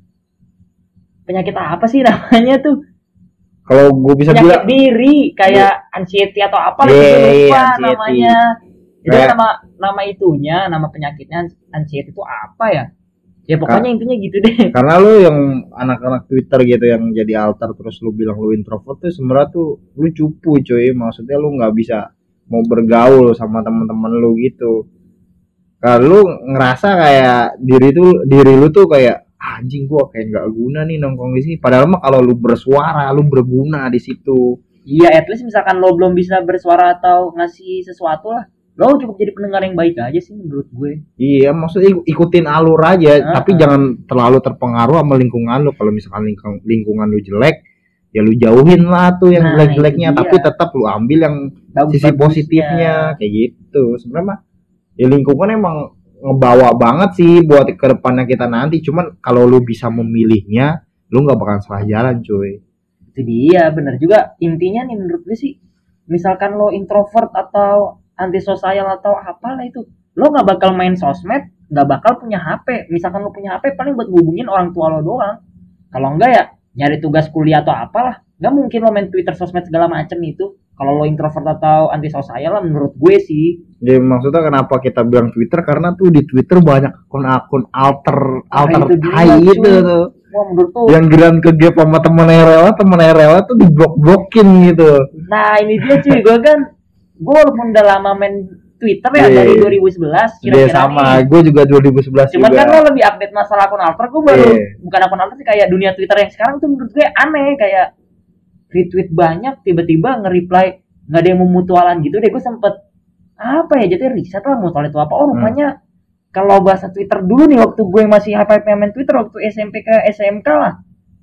Penyakit apa sih namanya tuh? Kalau gue bisa Penyakit bilang diri kayak anxiety atau apa Iya, gitu gue iya, lupa anxiety. namanya. Itu Kayak- nama nama itunya, nama penyakitnya anxiety itu apa ya? Ya pokoknya intinya gitu deh. karena lu yang anak-anak Twitter gitu yang jadi alter terus lu bilang lu introvert tuh sebenarnya tuh lu cupu cuy, maksudnya lu nggak bisa mau bergaul sama teman-teman lu gitu. Kalau lu ngerasa kayak diri tuh diri lu tuh kayak "Ah, anjing gua kayak nggak guna nih nongkrong di sini, padahal mah kalau lu bersuara lu berguna di situ. Iya, at least misalkan lo belum bisa bersuara atau ngasih sesuatu lah, lo cukup jadi pendengar yang baik aja sih menurut gue. Iya, maksudnya ik- ikutin alur aja, Ah, tapi ah. jangan terlalu terpengaruh sama lingkungan lu. Kalau misalkan lingkung- lingkungan lu jelek, ya lu jauhin lah tuh yang Nah, jelek-jeleknya, itu dia. tapi tetap lu ambil yang Bagus-bagusnya. sisi positifnya kayak gitu. Sebenarnya mah ya lingkungan emang ngebawa banget sih buat ke depannya kita nanti. Cuman kalau lu bisa memilihnya, lu nggak bakalan salah jalan, cuy. Itu dia, bener juga. Intinya nih menurut gue sih, misalkan lo introvert atau antisosial atau apalah itu, lo nggak bakal main sosmed, nggak bakal punya H P. Misalkan lo punya H P paling buat ngubungin orang tua lo doang. Kalau enggak ya nyari tugas kuliah atau apalah. Nggak mungkin lo main Twitter, sosmed segala macem itu. Kalau lo introvert atau antisosial lah menurut gue sih. Jadi maksudnya kenapa kita bilang Twitter karena tuh di Twitter banyak akun-akun alter Ah, alter itu dia, tai cuy. itu tuh. Wah menurut tuh. Yang geran ke gap sama temen rela, temen rela tuh diblok-blokin gitu. Nah ini dia cuy, gue kan gue walaupun udah lama main Twitter ya Iya. dari dua ribu sebelas Dia kira-kira sama, nih. gue juga dua ribu sebelas Cuman juga. kan lo lebih update masalah akun alter, gue baru Iya. bukan akun alter sih, kayak dunia Twitter yang sekarang tuh menurut gue aneh, kayak retweet banyak tiba-tiba nge-reply nggak ada yang mau mutualan gitu deh. Gue sempet apa ya jadi riset lah mutual itu apa. Oh rupanya kalau bahasa Twitter dulu nih waktu gue masih hype main Twitter waktu S M P ke S M K lah,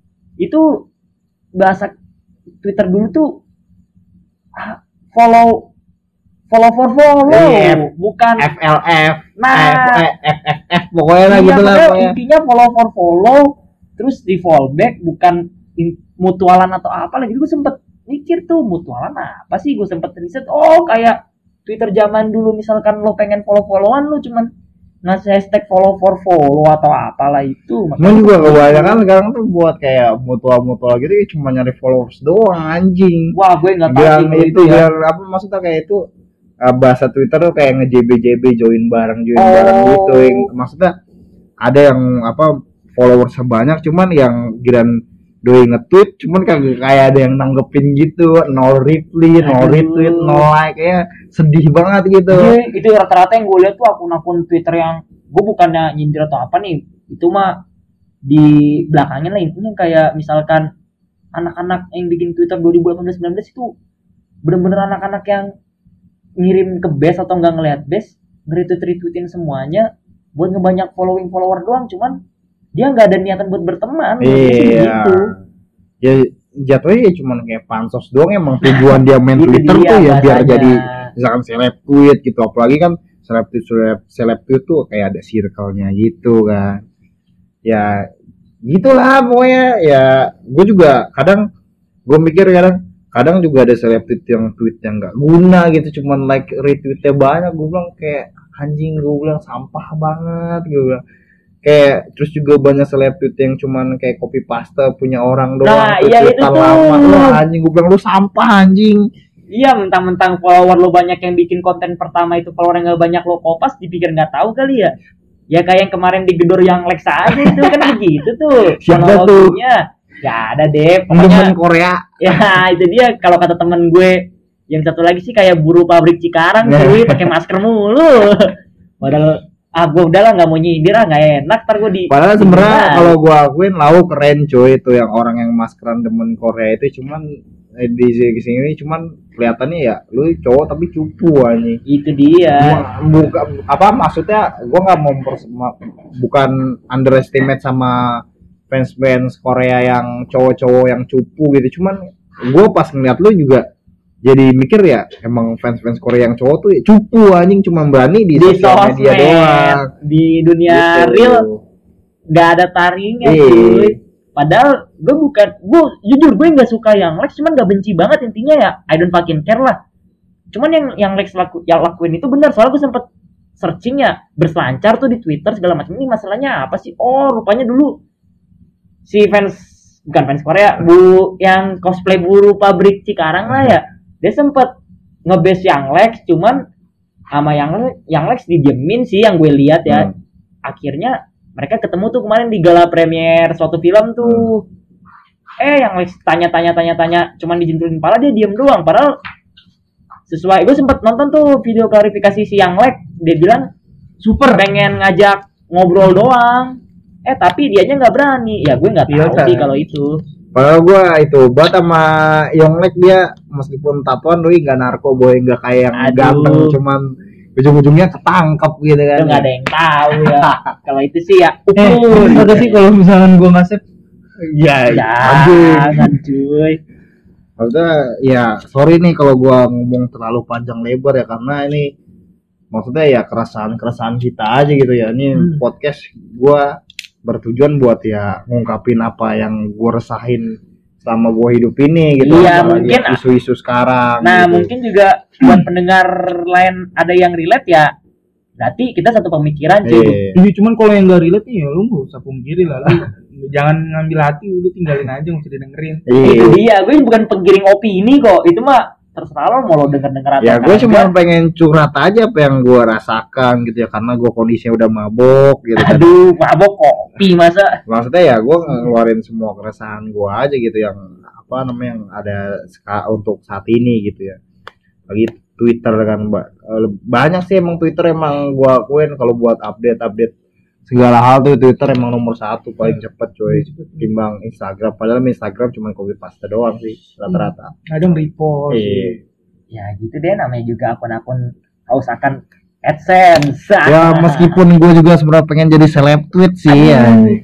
itu bahasa Twitter dulu tuh ah, follow follow for follow, Iya. bukan F L F, Nah. F, eh, F F F pokoknya lah iya, gitu lah pokoknya pokoknya. intinya follow for follow terus di fallback, bukan in- mutualan atau apa lagi. Gue sempet mikir tuh mutualan apa sih, gue sempet riset. Oh kayak Twitter zaman dulu misalkan lo pengen follow followan lo cuman ngasih hashtag follow for follow atau apalah itu. Cuman juga kebanyakan sekarang tuh buat kayak mutual-mutual gitu ya cuma nyari followers doang anjing. Wah gue nggak tahu Biar sih kalau itu ya. biar apa maksudnya kayak itu uh, bahasa Twitter tuh kayak nge-J B J B join bareng join Oh. bareng gitu yang maksudnya ada yang apa followers sebanyak cuman yang giran doi nge-tweet cuman kagak kayak ada yang nanggepin gitu, nol reply, nol Aduh. retweet, nol like ya sedih banget gitu. Iya, itu rata-rata yang gue lihat tuh akun-akun Twitter yang gue bukannya nyindir atau apa nih, itu mah di belakangnya lah intinya kayak misalkan anak-anak yang bikin Twitter dua ribu delapan belas sembilan belas itu bener-bener anak-anak yang ngirim ke base atau enggak ngelihat base, nge-retweet-retweetin semuanya buat ngebanyak following follower doang, cuman dia nggak ada niatan buat berteman. Menurut gue sih Iya. gitu. Ya jatuhnya ya cuman kayak pansos doang emang tujuan dia main Itu Twitter dia tuh ya biar bahasanya. jadi misalkan seleb tweet gitu apalagi kan seleb tweet seleb, seleb tweet tuh kayak ada circle-nya gitu kan. ya gitulah pokoknya ya. Gue juga kadang gue mikir kadang kadang juga ada seleb-tweet yang tweet yang nggak guna gitu, cuman like retweetnya banyak. Gue bilang kayak anjing, gue bilang sampah banget gue bilang. Kayak terus juga banyak seleb tweet yang cuman kayak copy paste punya orang doang, Nah, iya itu tweetan tuh. lama. Wah anjing, gue bilang lu sampah anjing. Iya, mentang-mentang follower lo banyak yang bikin konten pertama itu follower yang nggak banyak lo kopas, dipikir nggak tahu kali ya. Ya kayak yang kemarin digedor yang Lex aja itu kan begitu tuh. Siapa tuh? Kronologinya. Ya ada deh, Temen pokoknya. Korea. Ya itu dia, kalau kata temen gue yang satu lagi sih kayak buruh pabrik Cikarang cuy, pakai masker mulu. Padahal ah gue udahlah nggak mau nyindir ah, nggak enak ntar gue di. Padahal sebenarnya di- kalau gue akuin lau keren cuy itu yang orang yang maskeran demen Korea itu, cuman eh, di sini cuman kelihatannya ya lu cowok tapi cupu anjing. itu dia. Gua- buka apa maksudnya, gue nggak mau mempers- ma- bukan underestimate sama fans-fans Korea yang cowok-cowok yang cupu gitu, cuman gue pas ngeliat lu juga jadi mikir ya emang fans-fans Korea yang cowok tuh ya cupu anjing, cuma berani di, Di sosial media sosmed, doang di dunia gitu. real nggak ada taringnya Iya. cuy. Padahal gue bukan, gue jujur gue nggak suka yang Lex, cuman nggak benci banget intinya ya. I don't fucking care lah. Cuman yang yang Lex laku, yang lakuin itu benar, soalnya gue sempet searching ya, berselancar tuh di Twitter segala macam. Ini masalahnya apa sih? Oh rupanya dulu si fans, bukan fans Korea, bu yang cosplay buruh pabrik Cikarang lah ya, dia sempet ngebase yang Lex, cuman sama yang yang Lex didiemin sih yang gue lihat ya. Hmm. Akhirnya mereka ketemu tuh kemarin di gala premier suatu film tuh. Eh yang Lex tanya-tanya tanya-tanya cuman dijentulin kepala, dia diem doang. Padahal sesuai, gue sempet nonton tuh video klarifikasi si yang Lex, dia bilang super pengen ngajak ngobrol doang. Eh tapi dianya nggak berani. Ya gue nggak Iya, tahu kan? sih kalau itu. Padahal gue itu buat sama Yonglek, dia meskipun tatoan doi nggak narko boy, nggak kayak yang Aduh. ganteng, cuman ujung-ujungnya ketangkep gitu kan. Itu nggak ada yang tahu ya. Kalau itu sih ya Eh, upun. ada sih kalau misalkan gua nggak save, Iya, anjing. Jangan cuy. Maksudnya ya sorry nih kalau gua ngomong terlalu panjang lebar ya, karena ini maksudnya ya keresahan-keresahan kita aja gitu ya. Ini Hmm. podcast gua bertujuan buat ya ngungkapin apa yang gua resahin selama gua hidup ini gitu. Iya, Apalagi mungkin- isu-isu sekarang. Nah gitu. mungkin juga buat pendengar lain ada yang relate ya. Berarti kita satu pemikiran cuy. Iya. iya cuman kalau yang nggak relate nih ya lu nggak usah pungkiri lah, lu jangan ngambil hati, lu tinggalin aja, nggak usah didengerin. Iya. Itu dia, gue bukan penggiring opini kok. Itu mah terserah lo mau lo denger-denger atau Ya gue kagak. cuma pengen curhat aja apa yang gue rasakan gitu ya, karena gue kondisinya udah mabok gitu kan. Aduh, mabok kopi masa. Maksudnya ya gue ngeluarin semua keresahan gue aja gitu, yang apa namanya yang ada seka- untuk saat ini gitu ya. Lagi Twitter kan ba- eh, banyak sih emang Twitter emang gue akuin kalau buat update-update segala hal tuh Twitter emang nomor satu paling cepet coy timbang Instagram. Padahal Instagram cuma copy paste doang sih rata-rata. Kadang repost. Iya. Ya gitu deh, namanya juga akun-akun haus akan AdSense. Ya meskipun gue juga sebenarnya pengen jadi seleb tweet sih ya.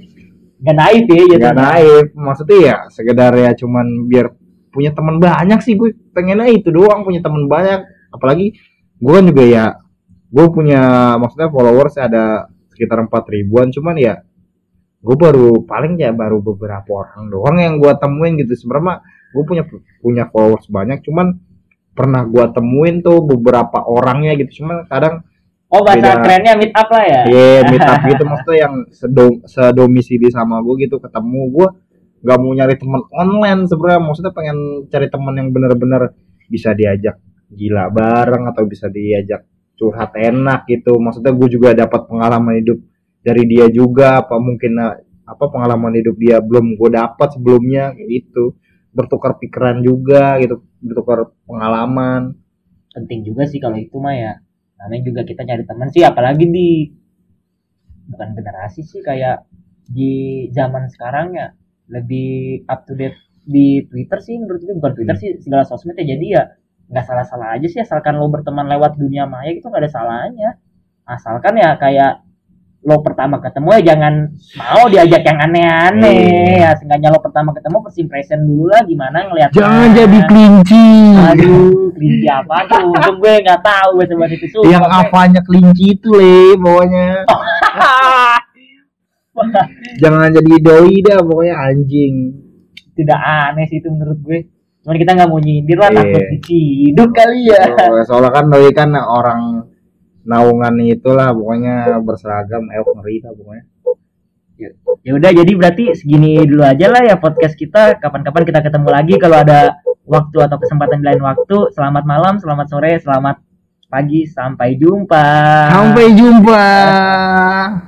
Gak naif ya jadi. Gak naif, maksudnya ya sekedar ya cuman biar punya teman banyak sih, gue pengennya itu doang, punya teman banyak. Apalagi gue kan juga ya, gue punya maksudnya followers ada sekitar empat ribuan, cuman ya gue baru paling ya baru beberapa orang doang yang gue temuin gitu. Sebenarnya gue punya punya followers banyak, cuman pernah gue temuin tuh beberapa orangnya gitu, cuman kadang Oh bahasa beda. kerennya meet up lah ya. Iya, yeah, meet up gitu, maksudnya yang sedom, sedomisili sama gue gitu, ketemu. Gue nggak mau nyari teman online sebenarnya, maksudnya pengen cari teman yang bener-bener bisa diajak gila bareng atau bisa diajak curhat enak gitu. Maksudnya gue juga dapat pengalaman hidup dari dia juga, apa mungkin apa pengalaman hidup dia belum gue dapat sebelumnya gitu. Bertukar pikiran juga gitu, bertukar pengalaman. Penting juga sih kalau itu mah ya. Namanya juga kita cari teman sih, apalagi di bukan generasi sih, kayak di zaman sekarang ya lebih up to date di Twitter sih menurut gue. Bukan Twitter sih, segala sosmed ya. Jadi ya nggak salah-salah aja sih, asalkan lo berteman lewat dunia maya gitu nggak ada salahnya. Asalkan ya kayak lo pertama ketemu ya jangan mau diajak yang aneh-aneh. Ya seenggaknya lo pertama ketemu first impression dulu lah, gimana ngelihatnya. Jangan jadi kelinci. Aduh, kelinci apa tuh? Untung gue nggak tahu bahasa bahasa itu. Yang apanya kelinci itu le pokoknya. Jangan jadi doi dah pokoknya anjing. Tidak aneh sih itu menurut gue. Cuman kita nggak mau nyindir lah, Iya. takut diciduk kali ya. Oh, soalnya kan doi kan orang naungan itulah pokoknya berseragam, eh ngeri lah pokoknya. Ya udah, jadi berarti segini dulu aja lah ya podcast kita. Kapan-kapan kita ketemu lagi kalau ada waktu atau kesempatan di lain waktu. Selamat malam, selamat sore, selamat pagi, sampai jumpa. Sampai jumpa.